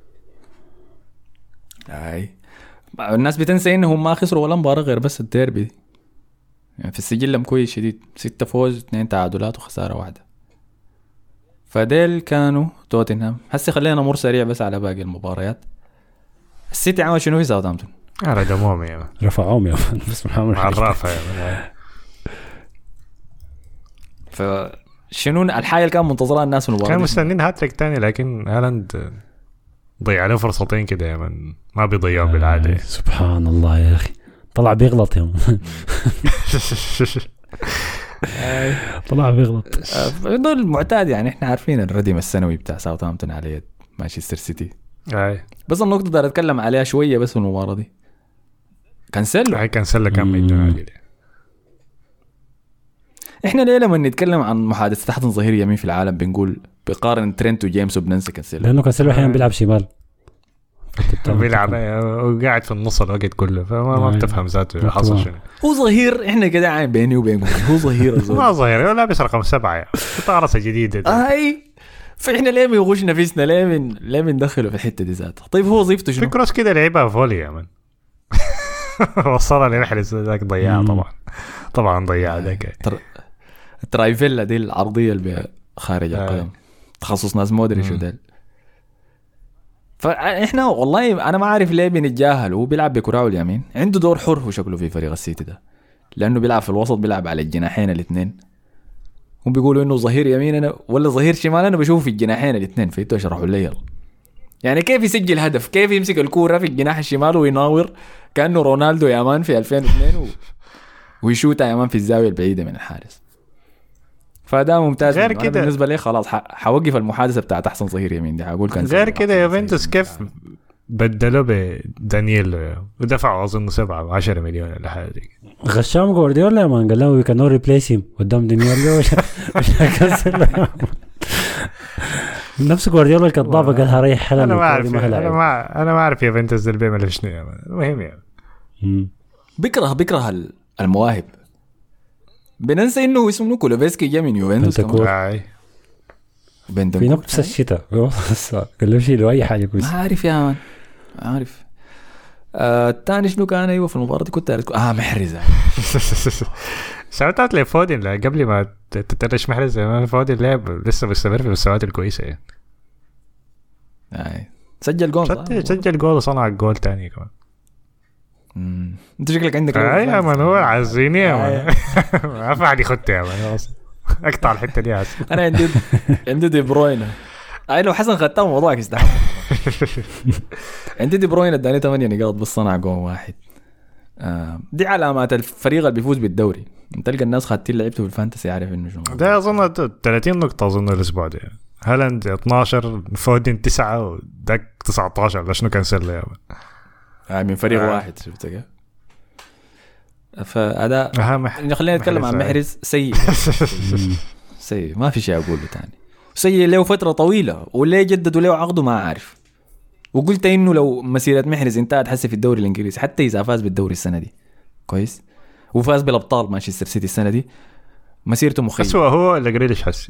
أي الناس بتنسى إنهم ما خسروا ولا مباراة غير بس الديربي يعني في السجل لهم كويس شديد ستة فوز اثنين تعادلات وخسارة واحدة. فديل كانوا توتنهام. هسه خلينا نمر سريع بس على باقي المباريات. السيتي عمل شنو في ساوثهامبتون؟ أنا دموم يا مان رفعوهم يا مان بس محمد عرافة يا مان. فشنو الحاجة اللي كان منتظرها الناس في المباراة؟ كانوا مستنين هاتريك تاني لكن هالاند ضيع له فرصتين كده يا مان ما بيضيعهم بالعادة. آه سبحان الله يا أخي طلع بيغلط يا مان. طلع بيغلط. ده المعتاد يعني احنا عارفين الردم السنوي بتاع ساوثهامبتون على يد مانشستر سيتي. اي بس النقطة ده اتكلم عليها شوية بس في المباراة دي كانسيلو هاي كانسيلو كان ميدون عادي. احنا ليه لما نتكلم عن محادثة احسن ظهير يمين في العالم بنقول بقارن ترينت وجيمس وبننسى كانسيلو؟ لانه كانسيلو احيانا بيلعب شمال بيلعب وقاعد في النص الوقت كله فما ما بتفهم ذاته حصل شنو. هو ظهير احنا كده عين بيني وبينكم هو ظهير ما ظهير ولا لابس رقم سبعة يعني طارسة جديدة اي فاحنا ليه بيغش نفسنا ليه من ليه بندخله في الحتة دي ذاته؟ طيب هو وظيفته شنو؟ في كروس كده لعبها فولي يا من وصلها لمحرز ذاك ضيعها طبعا طبعا ضيعها ذاك الترايفيلا دي العرضية اللي خارج القدم تخصص ناس مودريتش وديل. فاحنا والله انا ما عارف ليه بنتجاهل. هو بيلعب بكراعه اليمين عنده دور حر هو شكله في فريق السيتي ده لانه بيلعب في الوسط بيلعب على الجناحين الاثنين. هم بيقولوا انه ظهير يمين انا ولا ظهير شمال انا بشوفه في الجناحين الاثنين فيتو اشرحوا لي يلا. يعني كيف يسجل هدف كيف يمسك الكوره في الجناح الشمال ويناور كانه رونالدو يا مان في ألفين واثنين و... ويشوتها يا مان في الزاويه البعيده من الحارس. فده ممتاز. غير كده بالنسبه لي خلاص حوقف المحادثه بتاعت احسن ظهير يمين دي هقول كان غير كده يوفنتوس كيف بدلوا بدانييل ودفعوا اظن سبعة وعشرة مليون ولا حاجه. غشام جوارديولا يا مان قال له وي كان نو ريبليس هيم قدام دانييل مش هكسر نفس جوارديولا الكذاب قالها ريح حلال. انا ما اعرف انا ما انا ما اعرف يوفنتوس اللي بيعمل شنو المهم يعني بكره بكره المواهب. بننسى انه اسمه كولوفسكي جاي من يوفنتوس كمان في نفس الشتاء قال له شيء له اي حاجه كويس. ما عارف يا مان ما عارف. آه الثاني شنو كان ايوه في المباراه دي كنت اه محرز شوتات لفودين لا قبل ما تترش محرز فودين لعب لسه مستمر في المستويات الكويسه يعني. آه. سجل جول سجل جول وصنع جول ثاني كمان. امم انت شكلك عندك اي يا مان هو عايزيني يا مان ما فعلي خدت يا مان اقطع الحته دي عايز. انا عندي عندي دي بروين اي لو حسن خدتها موضوعك يستحق. عندي دي بروين اداني ثمانية نقاط بس صنع جول واحد. آه. دي علامات الفريق اللي بيفوز بالدوري. انت تلقى الناس خدتين لعبته في الفانتسي عارف انه شنو ده. اظن ثلاثين نقطه اظن الاسبوع ده. هالاند اثناشر فودين تسعة وداك تسعة عشر لا شنو كان سله يا مان. آه من فريق آه. واحد شفت كيف. فأداء آه خلينا نتكلم عن محرز سيء سيء ما في شيء أقوله تاني. سيء له فترة طويلة وليه جددوا له عقده ما عارف. وقلت إنه لو مسيرة محرز انتهت حسي في الدوري الإنجليزي حتى إذا فاز بالدوري السنة دي كويس وفاز بالأبطال مانشستر سيتي السنة دي مسيرته مخيبة. أسوأ هو ولا جريليش حسي؟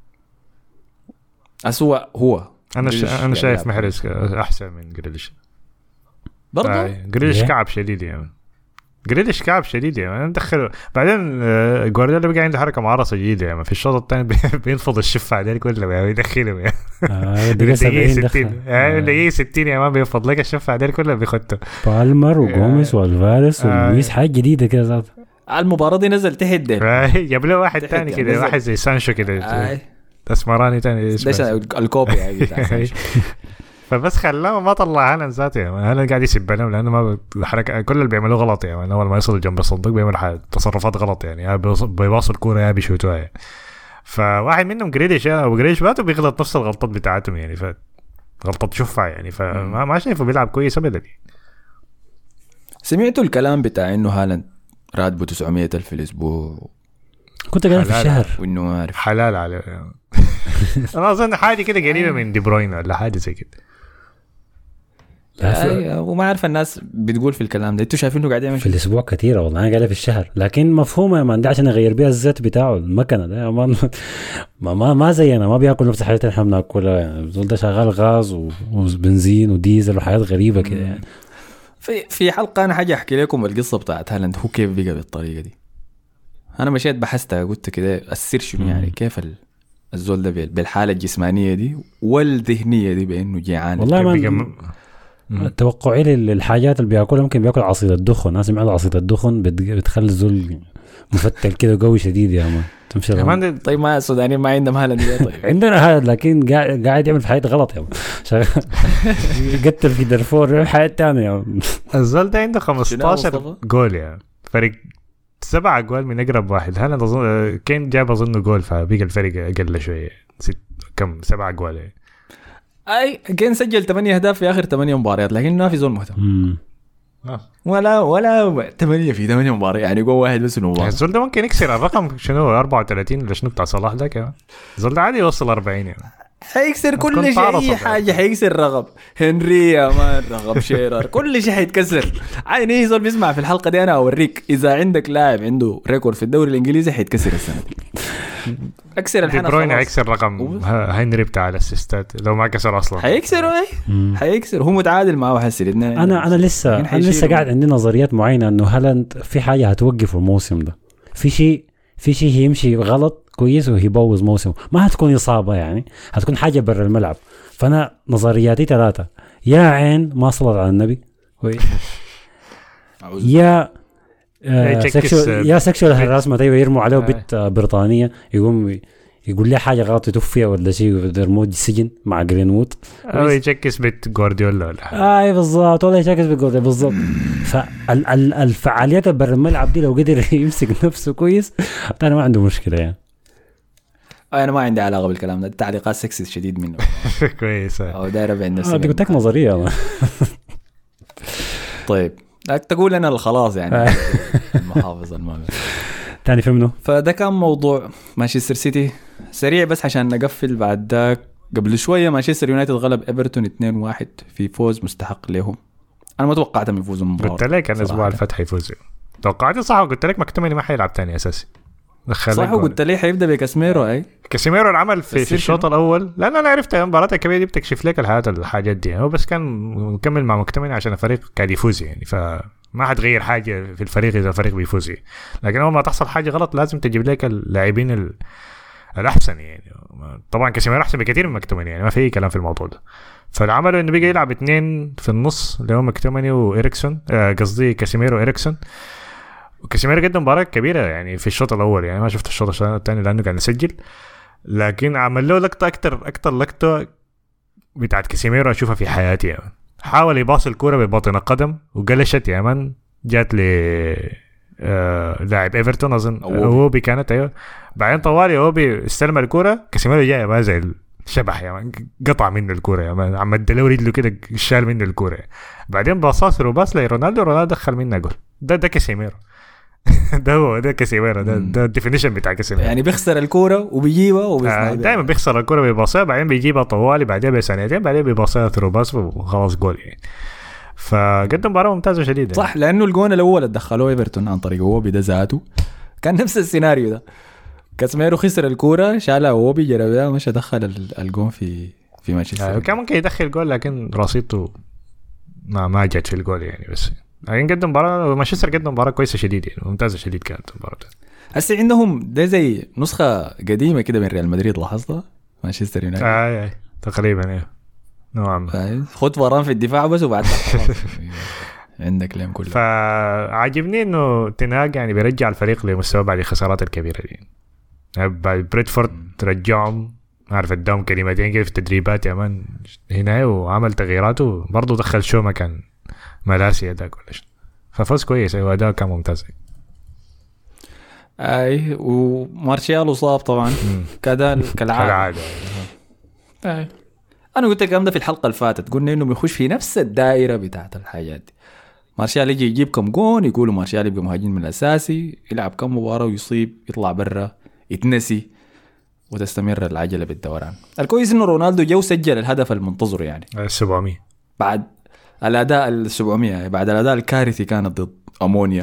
أسوأ هو. أنا شا... أنا شايف محرز أحسن من جريليش. برضه آه. جريليش كعب شديد يعني. جريليش كعب شديد يعني انا ندخله بعدين جوارديولا بقى عنده حركه معرصه جديده يعني في الشوط الثاني بينفض الشفه عليه كله يعني يدخله يعني اه دقيقه ستين يعني دقيقه ستين يا مان بينفض لك الشفه عليه كله بيخته بالمر وغوميز والفاريس ولويس حاجه جديده كده ذات. المباراه دي نزل تحت ده جاب له واحد ثاني كده واحد زي سانشو كده اسمراني ثاني اسمه الكوبي يعني فبس خلاه ما طلع هالاند ذاته يعني. هالاند قاعد يسب لهم لانه ما الحركه كل اللي بيعملوه غلط يعني. اول ما يصل جنب الصندوق بيعمل تصرفات غلط يعني يا بيواصل كوره يا بيشوتوها يعني. فواحد منهم جريليش يعني وجريليش باته بيغلط نفس الغلطات بتاعتهم يعني. فغلطات شفع يعني فما ما شايفه بيلعب كويس ابدا. سمعتوا الكلام بتاع انه هالاند راتبه تسعمية ألف في الاسبوع كنت قاعد في الشهر وانه ما عارف حلال عليه يعني. انا اظن حاجه كده قريبه من دي بروين ولا حاجه زي كده. أيوة وما عارف الناس بتقول في الكلام ده. انتوا شايفينه قاعد يعمل في الاسبوع كتيره والله انا قاعد في الشهر لكن مفهومه ما عندي عشان اغير بيها الزيت بتاعه المكنه ده ما ما ما زينا ما بياكل نفس الحاجات اللي احنا بناكلها يعني. ده شغال غاز وبنزين وديزل وحاجات غريبه كده يعني. في في حلقه انا حاجه احكي لكم القصه بتاعت هالاند هو كيف بقى بالطريقه دي. انا مشيت بحثتها قلت كده السر شنو يعني كيف الزول ده بالحاله الجسمانيه دي والذهنيه دي بانه جيعان. والله ما توقعي للحاجات اللي بياكلها ممكن بياكل عصير الدخن. ناس سمعوا عصير الدخن بتخلي الزول مفتل كده قوي شديد يا مان تمشي كمان. طيب ما السودانيين ما عندهم هالاند طيب عندنا هذا لكن قاعد قاعد يعمل في حاجات غلط يا مان يقتل في دارفور حاجات ثانيه يا مان. الزول ده عنده خمستاشر جول يعني فريق سبعة جول من اقرب واحد. هالاند اظن كان جاب اظن جول فبقى الفريق اقل شويه ست كم سبعة جول يعني. اي كان سجل ثمانية اهداف في اخر ثمانية مباريات لكن ما في زول مهتم. ولا ولا ثمانية في ثمانية مباراة يعني جوا واحد بس المباراة. الزول ده ممكن يكسر الرقم شنو أربعة وثلاثين ولا شنو بتاع صلاح ده كمان. الزول ده عادي يوصل أربعين يعني. حيكسر كل شيء أي حاجة حيكسر رقم هنري يا مان رقم شيرر كل شيء حيتكسر. عادي نيجي زول بيسمع في الحلقة دي أنا أوريك إذا عندك لاعب عنده ريكورد في الدوري الإنجليزي حيتكسر السنة دي. أكسر الحين دي بروين هيكسر رقم هنري بتاع الاسيستات لو ما كسر أصلا. حيكسر إيه حيكسر هو متعادل معه حسي. أنا أنا لسه أنا لسه قاعد عندي نظريات معينة إنه هالاند في حاجة هتوقف الموسم ده. في شيء في شيء يمشي غلط كويس ويبوظ موسم. ما هتكون إصابة يعني هتكون حاجة برا الملعب. فأنا نظرياتي ثلاثة. يا عين ما صلت على النبي كويس. يا آه سكشوال يا سكشوال هراسمة أيوة يرموا عليه بيت بريطانية يقوم يقول لي حاجة غلط يتوفيها ولا شيء ويرموه السجن مع جرينوود أو يشكس بيت جوارديولا ولا حاجة. آه بالضبط ولا يشكس بيت جوارديولا بالضبط. فالفعاليات برا الملعب دي لو قدر يمسك نفسه كويس أنا ما عنده مشكلة يعني. أنا ما عندي علاقة بالكلام ده. التعليقات سكسي شديد منه. كويس. أو دايرة بين الناس. آه قلت لك نظرية. طيب تقول أنا خلاص يعني المحافظ المهم. تاني فهمنه. فده كان موضوع مانشستر سيتي سريع بس عشان نقفل بعد ذاك. قبل شوية مانشستر يونايتد غلب إيفرتون اثنين واحد في فوز مستحق لهم. أنا ما توقعتهم يفوزوا المباراة. قلت لك أنا أسبوع الفتح يفوزوا. توقعت صح وقلت لك مكتومني ما حيلعب تاني أساسي. صح وقلت لي حيبدأ بكاسيميرو. أي كاسيميرو العمل في, في الشوط الأول لأن أنا عرفت المباراة الكبيرة دي بتكشف لك الحياة الحاجات دي. هو بس كان مكمل مع مكتومني عشان الفريق قاعد يفوز يعني فما حتغير حاجة في الفريق إذا الفريق بيفوز. لكن أول ما تحصل حاجة غلط لازم تجيب لك اللاعبين ال الأحسن يعني. طبعا كاسيميرو أحسن بكثير من مكتومني يعني ما في كلام في الموضوع ده. فالعمله إنه بيجي يلعب اثنين في النص اللي هو مكتومني وإريكسون قصدي آه كاسيميرو وإريكسون. وكاسيميرو قدم مباراة كبيرة يعني في الشوط الأول يعني ما شفت الشوط الثاني لأنه كان يسجل. لكن عمل له لقطة أكتر أكتر لقطة بتاعت كاسيميرو أشوفها في حياتي يعني. حاول يباص الكرة بباطن القدم وقلشت يا من جات ل آه لاعب إيفرتون أظن أوبي كانت أيوه. بعدين طوالي أوبي استلم الكرة كاسيميرو جاي ما زي الشبح يا من قطع منه الكرة يا من عم الدلو رجله كده شال منه الكرة. بعدين باصاص وباص لرونالدو رونالدو دخل منه جول. ده ده كاسيميرو. ده هو ده كاسيميرو ده ده الديفينيشن بتاع كاسيميرو يعني بيخسر الكرة وبيجيبها وبيصنع. آه دائما بيخسر الكرة بيباصها بعدين بيجيبها طوالي بعدين بثانيتين بعدين بيباصها ثرو باص وخلاص جول يعني. فقدم مباراة ممتازة شديدة صح لأنه الجون الأول اللي دخلوه إيفرتون عن طريق هو بده ذاته كان نفس السيناريو ده. كاسيميرو خسر الكرة شالها وهو بيجرب ده مش دخل الجون في في مانشستر. آه كان ممكن يدخل جول لكن رصيدته ما ما جت في الجول يعني. بس يعني قدم مباراة مانشستر قدم مباراة كويسة شديدة يعني ممتازة شديد كانت المباراة. هسه عندهم ده زي نسخة قديمة كده من ريال مدريد لاحظتها مانشستر يونايتد. آه آه تقريبا ايه نوعا ما. خد فران في الدفاع بس وبعد عندك لهم كله. فعجبني انه تناق يعني بيرجع الفريق لمستوى بعد الخسارات الكبيرة دي. بعد بريدفورد رجعهم عارف اداهم كلمتين كده في التدريبات يا مان هنا وعمل تغييراته برضو دخل شو ما كان ملاسي اداك ولا شيء. ففوز كويس ايوه اداء كان ممتاز. اي ومارشيال اصاب طبعا كذا كالعاده. اي انا قلت الكلام ده في الحلقه اللي فاتت قلنا انه بيخش في نفس الدائره بتاعت الحاجات دي. مارشيال يجي يجيب كم جون يقولوا مارشيال يبقى مهاجم من الاساسي يلعب كم مباراه ويصيب يطلع برا يتنسي وتستمر العجله بالدوران. الكويس انه رونالدو جو سجل الهدف المنتظر يعني سبعمية بعد الاداء السبعمية بعد الاداء الكارثي كانت ضد امونيا.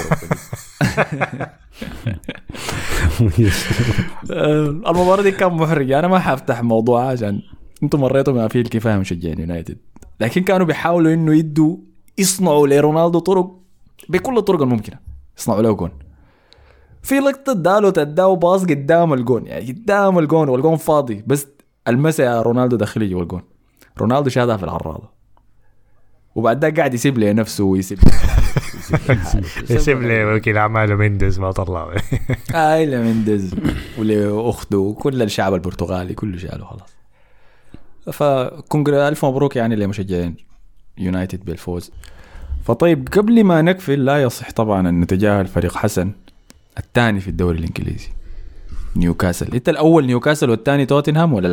المباراة دي كان محرج. أنا ما حفتح موضوع عشان أنتم مريتوا ما فيه الكفاية مشجعين يونايتد لكن كانوا بيحاولوا إنه يدوا يصنعوا لرونالدو طرق بكل الطرق الممكنة يصنعوا له جون. في لقطة دالو تداو باص قدام الجون يعني قدام الجون والجون فاضي بس المسا رونالدو دخل جوا الجون. رونالدو شادها في العراضة وبعد ذا قاعد يسيب له نفسه ويسيب يسيب له وكيل أعماله مينديز ما طلع. آه إلا مينديز ولأخته وكل الشعب البرتغالي كله شاله خلاص. فكونغرا ألف مبروك يعني لمشجعين يونايتد بالفوز. فطيب قبل ما نقفل لا يصح طبعا أن نتجاهل فريق حسن الثاني في الدوري الإنجليزي نيوكاسل. أنت الأول نيوكاسل والثاني توتنهام ولا العكس؟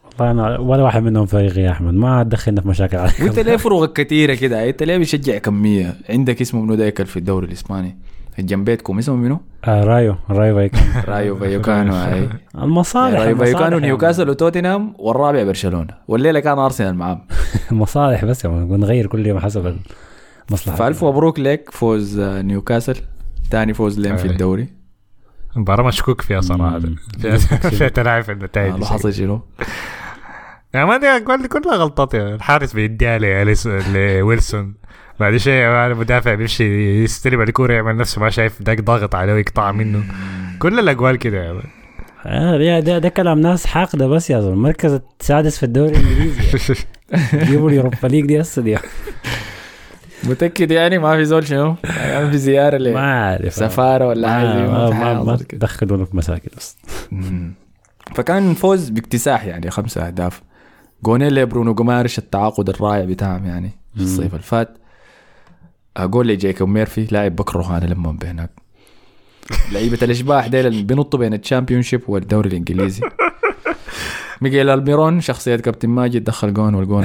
والله انا ولا واحد منهم فريقي يا احمد، ما تدخلنا في مشاكل عليك. وانت ليه فروقك كثيره كده؟ انت ليه بتشجع كميه؟ عندك اسمه منو دايكل في الدوري الاسباني الجنب بيتكم اسمه منو؟ آه رايو رايو فايكانو. رايو فايكانو. هاي المصالح رايو فايكانو المصالح نيوكاسل وتوتنهام والرابع برشلونه، والليله كان ارسنال معاهم. المصالح بس يعني نغير كل يوم حسب المصلحه. فالف مبروك لك فوز نيوكاسل، ثاني فوز لهم في الدوري. مباراة مشكوك فيها صراحة، فيها تلاعب في النتائج. لو حصل شنو؟ يعني ما دي أقول كلها غلطات. الحارس بيديها لويلسون، بعد شيء المدافع بيمشي يستلم الكورة يعمل نفسه ما شايف، داك ضاغط عليه ويقطع منه. كل الأقوال كده يعني. آه ده ده كلام ناس حاقدة بس يا زلمة. المركز السادس في الدوري الإنجليزي جيبوا اليوروبا ليج دي هسه دي. متأكد يعني ما في زول شنو؟ يعني في زيارة ليه؟ ما عارف سفارة ولا حاجة؟ ما ما, ما تدخلونا في مشاكل بس. فكان فوز باكتساح يعني، خمسة أهداف، جونين لبرونو جومارش التعاقد الرائع بتاعهم يعني في الصيف الفات. أقول لي جايكوب ميرفي لاعب بكره أنا لما بينك لعيبة الإشباح ديل بينطوا بين الشامبيونشيب والدوري الإنجليزي. ميغيل ألميرون شخصية كابتن ماجد دخل جون، والجون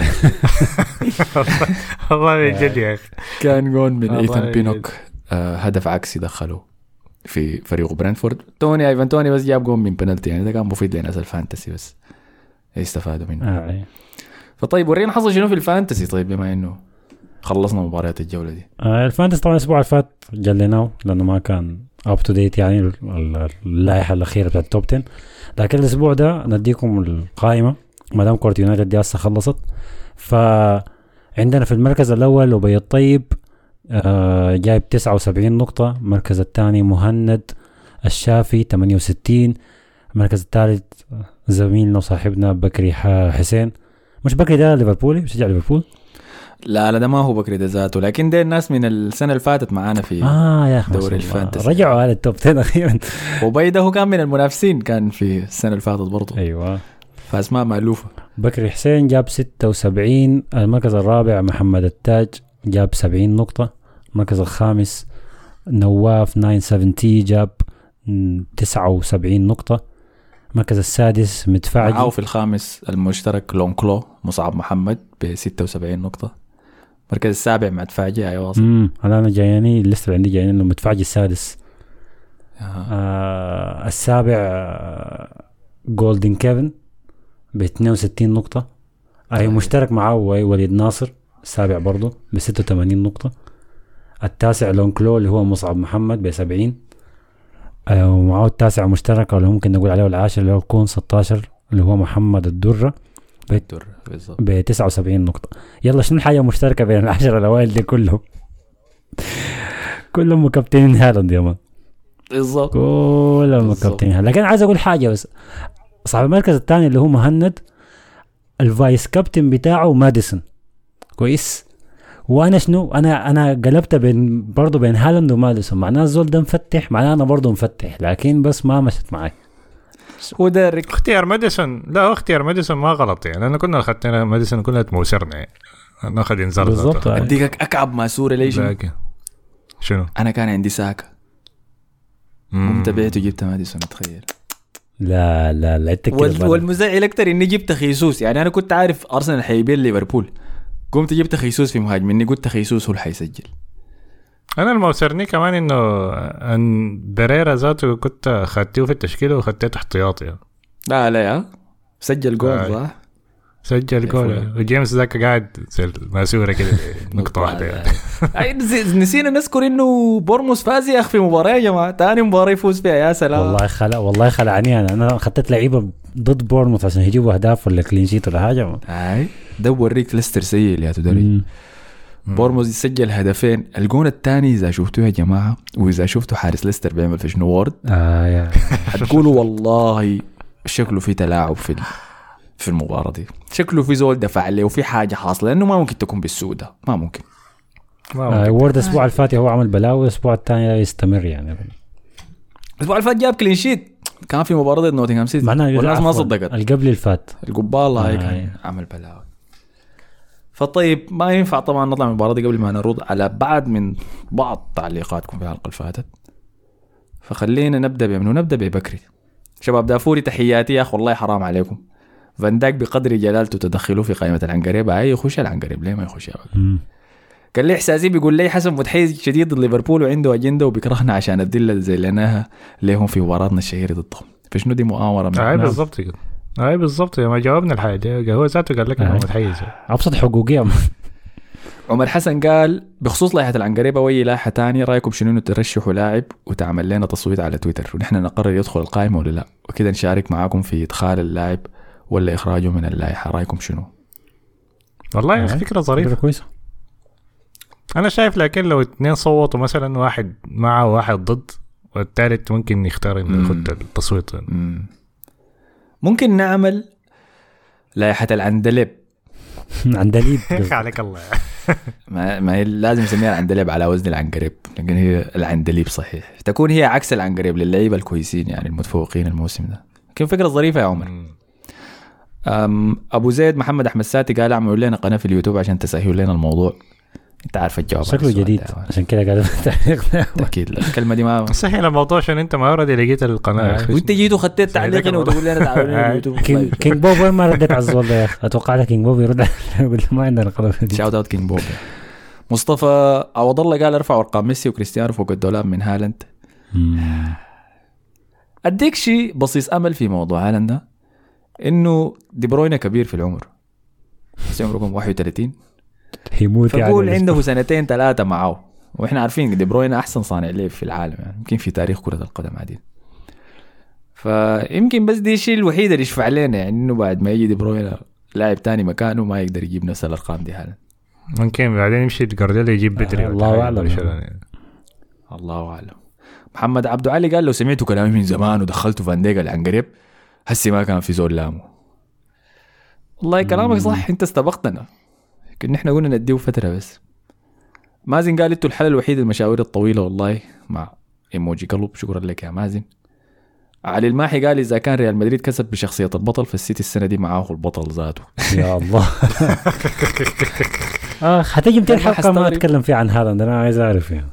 والله من جد يا أخي كان جون من إيثان بينوك، آه هدف عكسي دخله في فريق برينتفورد. توني ايفان توني بس جاب جون من بنالتي يعني، ده كان مفيد لناس الفانتسي بس يستفادوا منه. آه. فطيب ورينا حصل شنو في الفانتسي طيب، بما انه خلصنا مباريات الجولة دي. آه الفانتسي طبعا الأسبوع اللي فات جليناه لأنه ما كان up to date يعني اللائحة الأخيرة بتاعت التوب عشرة، لكن الأسبوع ده نديكم القائمة ما دام كورت يونايتد دي هسه خلصت. فعندنا في المركز الأول وبي الطيب آه جايب تسعة وسبعين نقطة. المركز الثاني مهند الشافي ثمانية وستين. المركز الثالث زميلنا وصاحبنا بكري حسين. مش بكري ده ليفربولي بشجع ليفربول؟ لا لا ده ما هو بكري ده ذاته، لكن ده الناس من السنة اللي فاتت معانا في آه يا دوري الفانتسي رجعوا على التوب عشرة أخيرا. وبيده هو كان من المنافسين كان في السنة اللي فاتت برضو. أيوة فاسماء مألوفة. بكري حسين جاب ستة وسبعين. المركز الرابع محمد التاج جاب سبعين نقطة. المركز الخامس نواف تسعمية وسبعين جاب تسعة وسبعين نقطة. المركز السادس مدفعجي معه في الخامس المشترك لونكلو مصعب محمد ب ستة وسبعين نقطة. المركز السابع مدفعجي ايوه واصل. امم انا جاياني الليست اللي عندي جاياني انه مدفعجي السادس. آه. آه السابع آه جولدن كيفن ب اثنين وستين نقطة. اي مشترك معه وليد ناصر السابع برضه ب ستة وثمانين نقطة. التاسع لونكلو اللي هو مصعب محمد ب سبعين، آه ومعه التاسع مشترك اللي ممكن نقول عليه العاشر اللي هو كون ستة عشر اللي هو محمد الدرة ب تسعة وسبعين نقطة. يلا شنو الحاجة مشتركة بين العشرة الأوائل دي كلهم؟ كلهم مكابتنين هالاند يا مان. بالضبط كلهم مكابتنين هالاند. لكن عايز أقول حاجة بس، صاحب المركز الثاني اللي هو مهند الفايس كابتن بتاعه ماديسون كويس، وانا شنو انا انا قلبت بين برضه بين هالاند وماديسون. معناه الزول ده مفتح، معناه انا برضه مفتح، لكن بس ما مشت معي. ودارك اختيار ماديسون، لا اختيار ماديسون ما غلط يعني. انا كنا اخذنا ماديسون كلها موسرنا يعني، ناخذ انذار بالضبط. اديك اكعب ماسوره ليش شنو؟ انا كان عندي ساكا قمت بعته جبت ماديسون. تخيل. لا لا لا وال... والمزعل اكتر اني جبت خيسوس. يعني انا كنت عارف ارسنال حيبيع ليفربول، قمت جبت خيسوس في مهاجمني، قلت خيسوس هو اللي حيسجل. انا الموسرني كمان انه ان بريرا ذاته كنت اخذته في التشكيله واخذته احتياطي. لا لا يا سجل جول صح، سجل جول. وجيمس ذاك قاعد ماسوره كده نقطه واحده يعني. نسينا نذكر انه بورموس فاز يا اخي في مباراه يا جماعه، ثاني مباراه يفوز فيها. يا سلام والله خلع والله خلعني انا انا اخذت لعيبه ضد بورموس عشان يجيبوا اهداف ولا كلين شيت ولا حاجه. اي ده وريك ليستر سيء يا تدري. بورموس يسجل هدفين. الجون الثاني اذا شفتوه يا جماعه واذا شفتوا حارس ليستر بيعمل في شنو وورد اه يا هتقولوا والله شكله في تلاعب في في المباراه دي، شكله في زول دفع عليه وفي حاجه حاصله، لانه ما ممكن تكون بالسوء ده، ما ممكن. آه وورد الاسبوع الفاتي هو عمل بلاوي، الاسبوع الثاني يستمر يعني. الاسبوع الفات جاب كلين شيت كان في مباراه نوتنغهام سيتي والناس ما صدقت. القبل الفات القبال هاي كان عمل بلاوي. فطيب ما ينفع طبعا نطلع من المباراه دي قبل ما نرد على بعض من بعض تعليقاتكم في الحلقه اللي فاتت. فخلينا نبدا بمنو؟ نبدا ببكري. شباب دافوري تحياتي يا اخي، والله حرام عليكم فان دايك بقدر جلالته تدخله في قائمه العنقريب هاي يخش العنقريب ليه ما يخش؟ كان لي احساسي بيقول لي حسن متحيز شديد ضد ليفربول وعنده اجنده وبيكرهنا عشان الذله اللي زي لناها ليهم في مباراتنا الشهيره ضدهم. فشنو دي مؤامره من اي بالضبط كده اي بالضبط ما جاوبنا الحاجه هو ذاته قال لك انه متحيز ابسط حقوقيه. عمر حسن قال بخصوص لائحه العنقريبه وي لائحه تانية رايكم شنو انه ترشحوا لاعب وتعمل لنا تصويت على تويتر ونحن نقرر يدخل القائمه ولا لا وكده نشارك معاكم في ادخال اللاعب ولا اخراجه من اللائحه. رايكم شنو؟ والله آه. فكره ظريفه كويسه. انا شايف لكن لو اثنين صوتوا مثلا واحد مع وواحد ضد والثالث ممكن يختار انه ياخذ التصويت. مم. ممكن نعمل لائحه العندليب. عندليب عليك الله. ما ما لازم نسميها العندليب على وزن العنقريب لكن هي العندليب صحيح تكون هي عكس العنقريب للعيبه الكويسين يعني المتفوقين الموسم ده. كيف فكره ظريفه يا عمر. أم ابو زيد محمد احمد ساتي قال اعملوا لنا قناه في اليوتيوب عشان تسهلوا لنا الموضوع. انت عارف الجواب شكله جديد عشان كده قاعد تعليق. اكيد الكلمه دي ما سهل الموضوع عشان انت ما اوريدي لقيت القناه وانت جيت وخدت التعليق هنا وتقول لي انا تعالوا اليوتيوب. كينج بوب وين ما ردت على الزول ده يا اخي اتوقع لك كينج بوب يرد يقول ما عندنا قناه. شاوت اوت كينج بوب. مصطفى عوض الله قال ارفع ارقام ميسي وكريستيانو فوق الدولاب من هالاند. اديك شيء بصيص امل في موضوع هالاند ده انه دي بروينا كبير في العمر عمره واحد وثلاثين يموت يعني فقول عنده سنتين ثلاثة معه وإحنا عارفين دي بروينا أحسن صانع لعب في العالم يعني يمكن في تاريخ كرة القدم عديد. فيمكن بس دي الشيء الوحيد اللي يشفع لنا يعني إنه بعد ما يجي دي بروينا لاعب تاني مكانه ما يقدر يجيب نفس الأرقام دي حالا. ممكن بعدين يمشي جارديولا يجيب بدري. آه الله أعلم. الله أعلم. محمد عبد علي قال لو سمعتوا كلامي من زمان ودخلتوا فانديجا العنقريب هسي ما كان في زول لامه. والله كلامك صح انت استبقتنا كنا احنا قلنا نديه فترة بس. مازن قال انتوا الحل الوحيد المشاوير الطويلة والله مع ايموجي قلب. شكرا لك يا مازن. علي الماحي قال اذا كان ريال مدريد كسب بشخصية البطل فالسيتي السنة دي معاه البطل ذاته. يا الله. اه حتيجي مئتين حلقة ما اتكلم فيها عن هذا انا عايز اعرف يعني.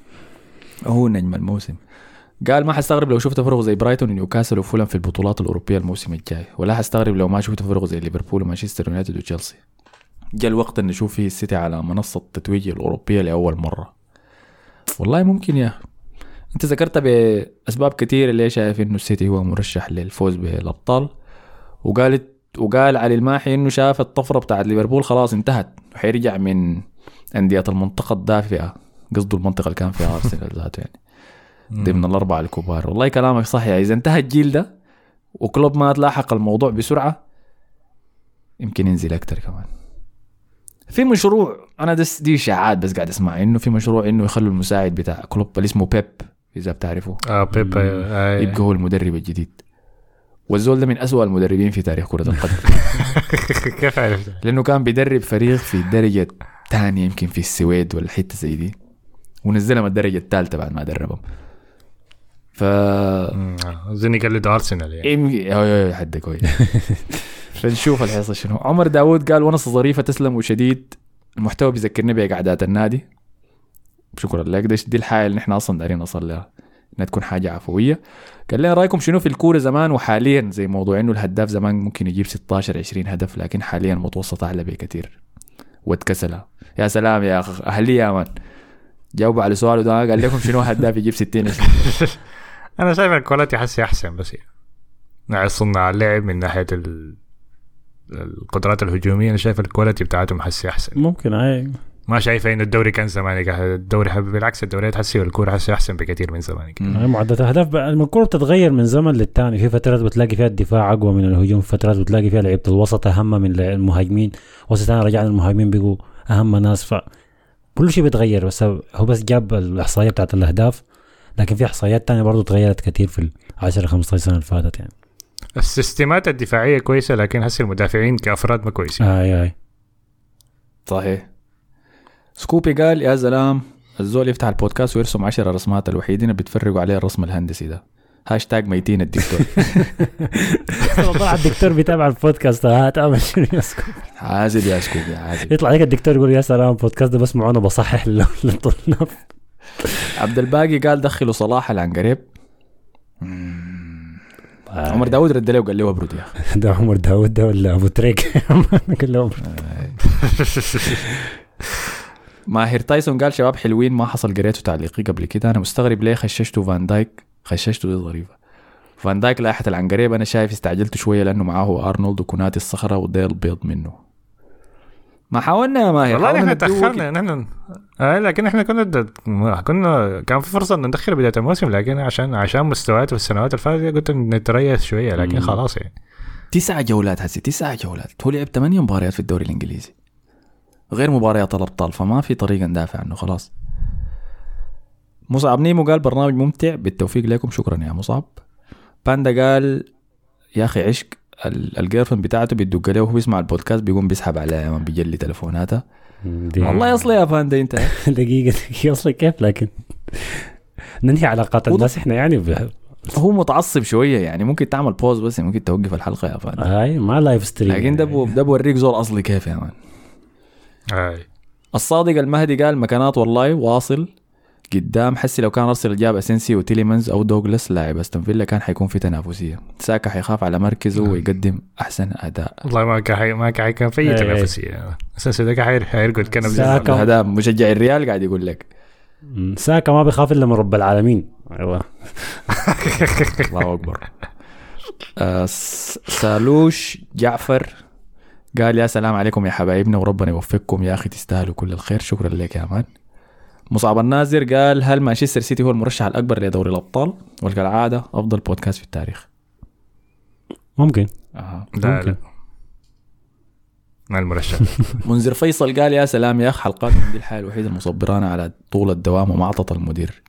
هو نجم الموسم. قال ما حستغرب لو شفت فرق زي برايتون ونيوكاسل وفولم في البطولات الأوروبية الموسم الجاي ولا حستغرب لو ما شفت فرق زي ليفربول ومانشستر يونايتد وتشيلسي. جاء الوقت ان نشوف فيه السيتي على منصة التتويج الأوروبية لأول مرة. والله ممكن يا انت ذكرت بأسباب كتير اللي شايف انه السيتي هو مرشح للفوز بالأبطال وقالت وقال علي الماحي انه شاف الطفرة بتاعت ليفربول خلاص انتهت وحيرجع من أندية المنطقة الدافئة قصده المنطقة اللي كان فيها أرسنال ذاته يعني ضمن الأربعة الكبار. والله كلامك صح يا إذا انتهى الجيل ده وكلوب ما تلاحق الموضوع بسرعة يمكن ينزل أكتر كمان. في مشروع أنا دس دي شعاد بس قاعد أسمع إنه في مشروع إنه يخلوا المساعد بتاع كلوب اللي اسمه بيب إذا بتعرفه آه بيب آه يبقى هو المدرب الجديد والزول ده من أسوأ المدربين في تاريخ كرة القدم. كيف عرفت؟ لأنه كان بيدرب فريق في الدرجة الثانية يمكن في السويد ولا حتة زي دي ونزلهم الدرجة الثالثة بعد ما دربهم. ف زيني قال لي أرسنال يعني ايه حد كويس. فنشوف الحصة شنو. عمر داود قال ونص ظريفة تسلم وشديد المحتوى بيذكرني بقعدات النادي. شكرا لك دي الحاجة اللي نحن أصلا دارين نصل لها انها تكون حاجة عفوية. قال لنا رأيكم شنو في الكورة زمان وحاليا زي موضوع انه الهداف زمان ممكن يجيب ستة عشر عشرين هدف لكن حاليا متوسط أعلى بكثير واتكسلها. يا سلام يا أخ أهلي يا من جاوبوا على سؤال ده قال لكم شنو هداف يجيب ستين عشرين. أنا شايف الكواليتي حسي أحسن بس يعني صنع اللعب من ناحية القدرات الهجومية أنا شايف الكواليتي بتاعتهم حسي أحسن. ممكن هاي ما شايفه إنه الدوري كان زمانك الدوري حب بالعكس الدوريات حسي والكورة حسي أحسن بكثير من زمانك. معدل أهداف الكورة بتتغير من زمن للتاني. في فترات بتلاقي فيها الدفاع أقوى من الهجوم في فترات بتلاقي فيها لعيبة الوسط أهم من المهاجمين وستان رجعنا المهاجمين بيجوا أهم ناس فكل شيء بيتغير. بس هو بس جاب الإحصائية بتاعت الأهداف لكن في إحصائيات تانية برضو تغيرت كتير في العشرة خمسة عشر سنة اللي فاتت يعني. السيستمات الدفاعية كويسة لكن هسه المدافعين كأفراد ما كويسين. آه آه. صحيح. سكوبي قال يا زلام الزول يفتح البودكاست ويرسم عشرة رسمات الوحيدين بيتفرقوا عليه الرسم الهندسي ده. هاشتاج ميتين الدكتور. والله الدكتور بيتابع البودكاست هات أعمل شنو يا سكوبي. عازل يا سكوبي عازل. يطلع لك الدكتور يقول يا سلام البودكاست ده بسمعه أنا بصحح للطلاب. عبد الباقي قال دخلوا صلاح العنقريب. عمر داود رد له وقال له ابرد يا اخي. ده عمر داود ده ولا ابو تريك؟ قال له ماهر تايسون قال شباب حلوين ما حصل قريته تعليقي قبل كده. انا مستغرب ليه خششتوا فان دايك. خششته دي ظريفه. فان دايك لائحه العنقريب انا شايف استعجلت شويه لانه معاه ارنولد وكوناتي الصخره والديل بيض منه. ما حاولنا يا ماهر والله احنا تاخرنا نحن آه لكن احنا كنا د... كنا كان في فرصه ان ندخل بدايه الموسم لكن عشان عشان مستويات في السنوات الفاتت قلت نتريث شويه لكن خلاص يعني تسع جولات هسي تسع جولات. هو لعب ثمانية مباريات في الدوري الانجليزي غير مباريات الابطال فما في طريقه ندافع عنه خلاص. مصعب نيمو قال برنامج ممتع بالتوفيق لكم. شكرا يا مصعب. باندا قال يا اخي عشق الجيرفن بتاعته بيدق له وهو بيسمع البودكاست بيقوم بيسحب عليه من بيجلي تلفوناته. والله يصلي يا باندا انت. دقيقه يصلي كيف لكن ننهي علاقات الناس احنا يعني ب... هو متعصب شويه يعني ممكن تعمل بوز بس ممكن توقف الحلقه يا باندا. هاي ما لايف ستريم لكن ده بو ده بوريك زول اصلي كيف يا مان. هاي الصادق المهدي قال مكانات والله واصل قدام. حسي لو كان ارسنال جاب اسينسي وتيليمنز او دوغلاس لاعب استون فيلا كان حيكون في تنافسيه. ساكا حيخاف على مركزه ويقدم احسن اداء. والله ما كان ما كان حيكون في تنافسيه اساسا ده كان حيرقد كنب. هذا مشجع الريال قاعد يقول لك ساكا ما بيخاف الا من رب العالمين. ايوه الله اكبر. آه سالوش جعفر قال يا سلام عليكم يا حبايبنا وربنا يوفقكم يا اخي تستاهلوا كل الخير. شكرا لك يا مان. مصعب النازر قال هل مانشستر سيتي هو المرشح الأكبر لدوري الأبطال؟ وكالعادة أفضل بودكاست في التاريخ. ممكن أه. لا ممكن. لا ما المرشح. منذر فيصل قال يا سلام يا أخ حلقات من دي الحياة الوحيدة المصبرانا على طول الدوام ومعطط المدير.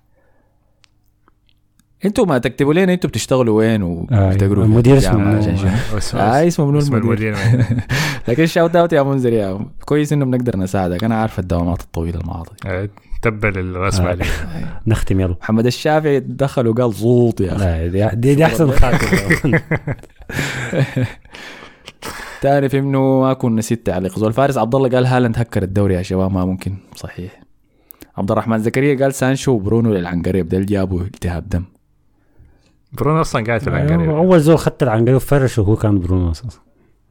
انتوا ما تكتبوا لنا انتوا بتشتغلوا وين وبتقروا. آه المدير اسمه آه اسمه منو المدير. لكن شاوت اوت يا منذر يا كويس انه بنقدر نساعدك. انا عارف الدوامات الطويلة الماضية. تبل الرسم عليه. نختم يلا. محمد الشافعي دخل وقال زوط يا اخي. دي, دي احسن خاطر. تعرف انه ما كنا نسيت تعليق. زول فارس عبد الله قال هالاند هكر الدوري يا شباب. ما ممكن صحيح. عبد الرحمن زكريا قال سانشو وبرونو للعنقريب ده جابوا التهاب دم. برونو اصلا قاعد في العنقريب. اول زول خدت العنقريب وفرش وهو كان برونو اساسا.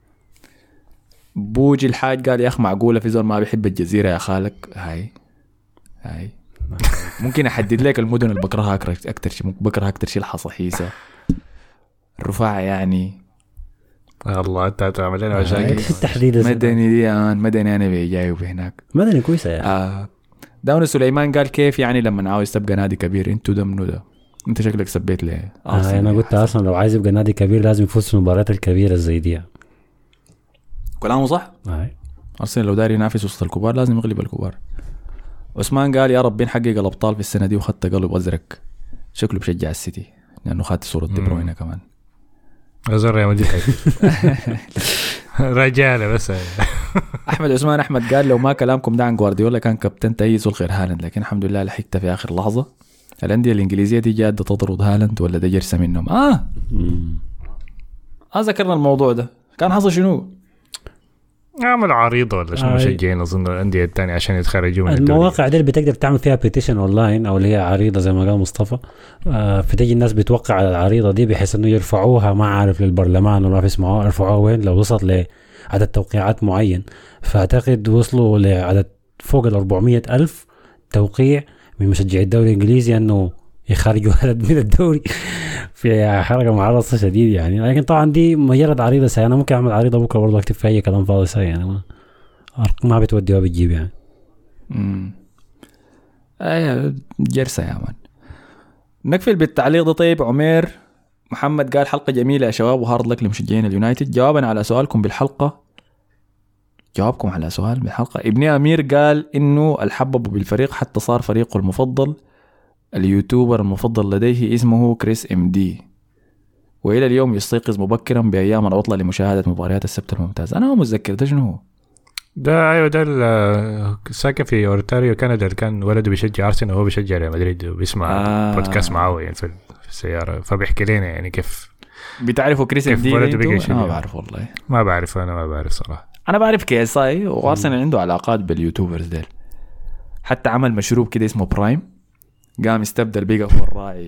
بوجي الحاج قال يا اخ معقوله في زول ما بيحب الجزيره يا خالك. هاي هاي ممكن احدد لك المدن اللي بكرهها اكثر شيء. بكره اكثر شيء الحصحيسه الرفاعه يعني. الله انت تعمل لنا مشاكل. التحديد مدني دي انا مدني انا جاي وهناك مدني كويسه يعني. آه داون سليمان قال كيف يعني لما عاوز تبقى نادي كبير انتوا ده منو ده. انت شكلك سبيت ليه. آه انا قلت اصلا لو عايز يبقى نادي كبير لازم يفوز في المباريات الكبيره زي دي. كلامه صح. آه. ارسنال لو داري ينافس وسط الكبار لازم يغلب الكبار. عثمان قال يا رب نحقق الابطال في السنه دي وخدت قلب ازرق. شكله بشجع السيتي لانه خدت صوره دي بروينا كمان. ازر يا مدير رجاله بس. احمد عثمان احمد قال لو ما كلامكم ده عن جوارديولا كان كابتن تأيز الخير هالاند لكن الحمد لله لحقت في اخر لحظه. الانديه الانجليزيه دي جاده تطرد هالاند ولا ده جرسه منهم. اه اه ذكرنا الموضوع ده كان حصل شنو. عمل عريضه ولا شنو مشجعين اظن الانديه الثانيه عشان يتخرجوا من الدوري. المواقع دي بتقدر تعمل فيها بيتيشن اونلاين او اللي هي عريضه زي ما قال مصطفى. آه فتجي الناس بتوقع على العريضه دي بحيث انه يرفعوها ما عارف للبرلمان ولا في اسمها يرفعوها وين لو وصلت لعدد توقيعات معين. فاعتقد وصلوا لعدد فوق ال أربعمية ألف توقيع من مشجعي الدوري الانجليزي انه يخرجوا هلد من الدوري. في حركه معرضه شديد يعني. لكن طبعا دي مجرد عريضه سي. انا ممكن اعمل عريضه بكره برضه اكتب فيها اي كلام فاضي سي يعني ما ما بتودي وبتجيب يعني. امم اي جرسه يا مان. نكفل بالتعليق ده. طيب عمير محمد قال حلقه جميله يا شباب وهارد لك لمشجعين اليونايتد. جوابا على سؤالكم بالحلقه جوابكم على سؤال بالحلقه ابني امير قال انه الحبب بالفريق حتى صار فريقه المفضل. اليوتيوبر المفضل لديه اسمه كريس ام دي وإلى اليوم يستيقظ مبكرا بأيام العطلة لمشاهدة مباريات السبت الممتاز. أنا ما متذكر ده شنو هو. ده أيوة ده ساكن في أونتاريو كندا. كان ولده بيشجع أرسنال وهو بيشجع ريال مدريد وبيسمع آه. بودكاست معاه يعني في السيارة فبيحكي لنا يعني كيف بتعرفوا كريس ام دي. أنا ما بعرف والله. ما بعرف أنا ما بعرف صراحة. أنا بعرف كي اس اي وأرسنال عنده علاقات باليوتيوبرز ديل. حتى عمل مشروب كده اسمه برايم قام يستبدل بيقى هو الراعي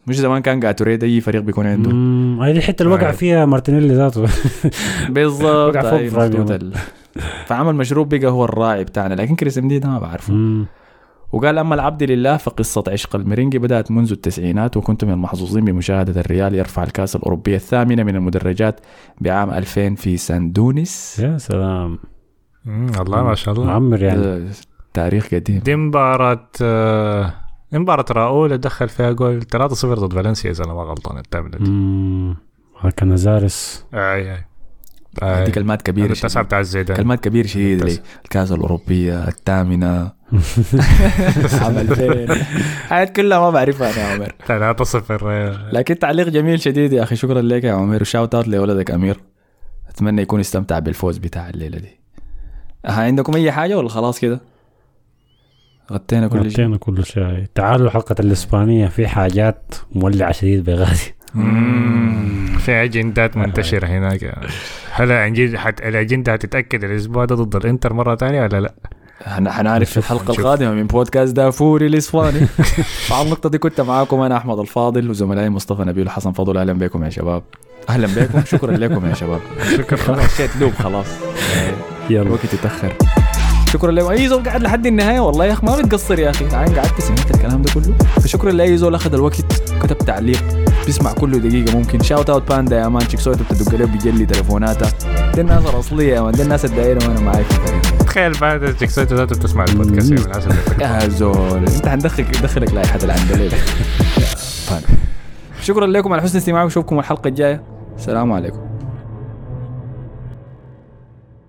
مش زمان كان جاتوريد اي فريق بيكون عنده. امم هاي الحته اللي وقع فيها مارتينيلي ذاته بالضبط. ال... فعمل مشروب بقى هو الراعي بتاعنا. لكن كريس مديد ما بعرفه. مم. وقال أما العبد لله فقصة عشق الميرينجي بدأت منذ التسعينات، وكنت من المحظوظين بمشاهدة الريال يرفع الكأس الأوروبية الثامنة من المدرجات بعام ألفين في ساندونيس. يا سلام. الله ما شاء الله معمر يعني. تاريخ قديم. دي مباراة آه... مباراة راؤول دخل فيها جول ثلاثة صفر ضد فالنسيا إذا أنا ما غلطان التامنة دي. امم كان زارس. أي أي. دي كلمات كبيرة. التسعة بتاع الزيدان. كلمات كبيرة شديد لي. الكأس الأوروبية الثامنة. عمل فين؟ حاجات كلها ما بعرفها أنا يا عمر. ثلاثة صفر. لكن تعليق جميل شديد يا أخي. شكرا لك يا عمر وشاوت اوت لولدك أمير. أتمنى يكون استمتع بالفوز بتاع الليلة دي. ها عندكم أي حاجة ولا خلاص كده؟ غطينا كل شيء. غطينا كل شيء. تعالوا حلقة الإسبانية في حاجات مولعة شديد بغازي. في أجندات منتشرة هناك. هل أجند حت الأجندة هتتأكد الأسبوع ده ضد الإنتر مرة تانية ولا لا؟ حنعرف في الحلقة القادمة من بودكاست دافوري الإسباني. على النقطة دي كنت معاكم أنا أحمد الفاضل وزملائي مصطفى نبيل وحسن فضل. أهلا بكم يا شباب. أهلا بكم. شكرا لكم يا شباب. شكرا. خلاص شيت دوب خلاص. يلا وقت يتأخر. شكرا لكم. أي زول قاعد لحد النهاية والله يا أخي ما بتقصر يا أخي. عين قعدت سمعت الكلام ده كله. فشكرا لأي زول أخذ الوقت كتب تعليق بيسمع كله دقيقة. ممكن شاوت اوت باندا يا مان. تشيكسويت بتدق له بيجلي تليفوناتها. دي الناس الأصلية يا مان. دي الناس الدائرة وأنا معاك. تخيل بعد تشيكسويت ذاته بتسمع البودكاست من الناس اللي يا زول أنت هندخلك دخلك لائحة العندليل. شكرا لكم على حسن استماعكم. نشوفكم الحلقة الجاية. السلام عليكم.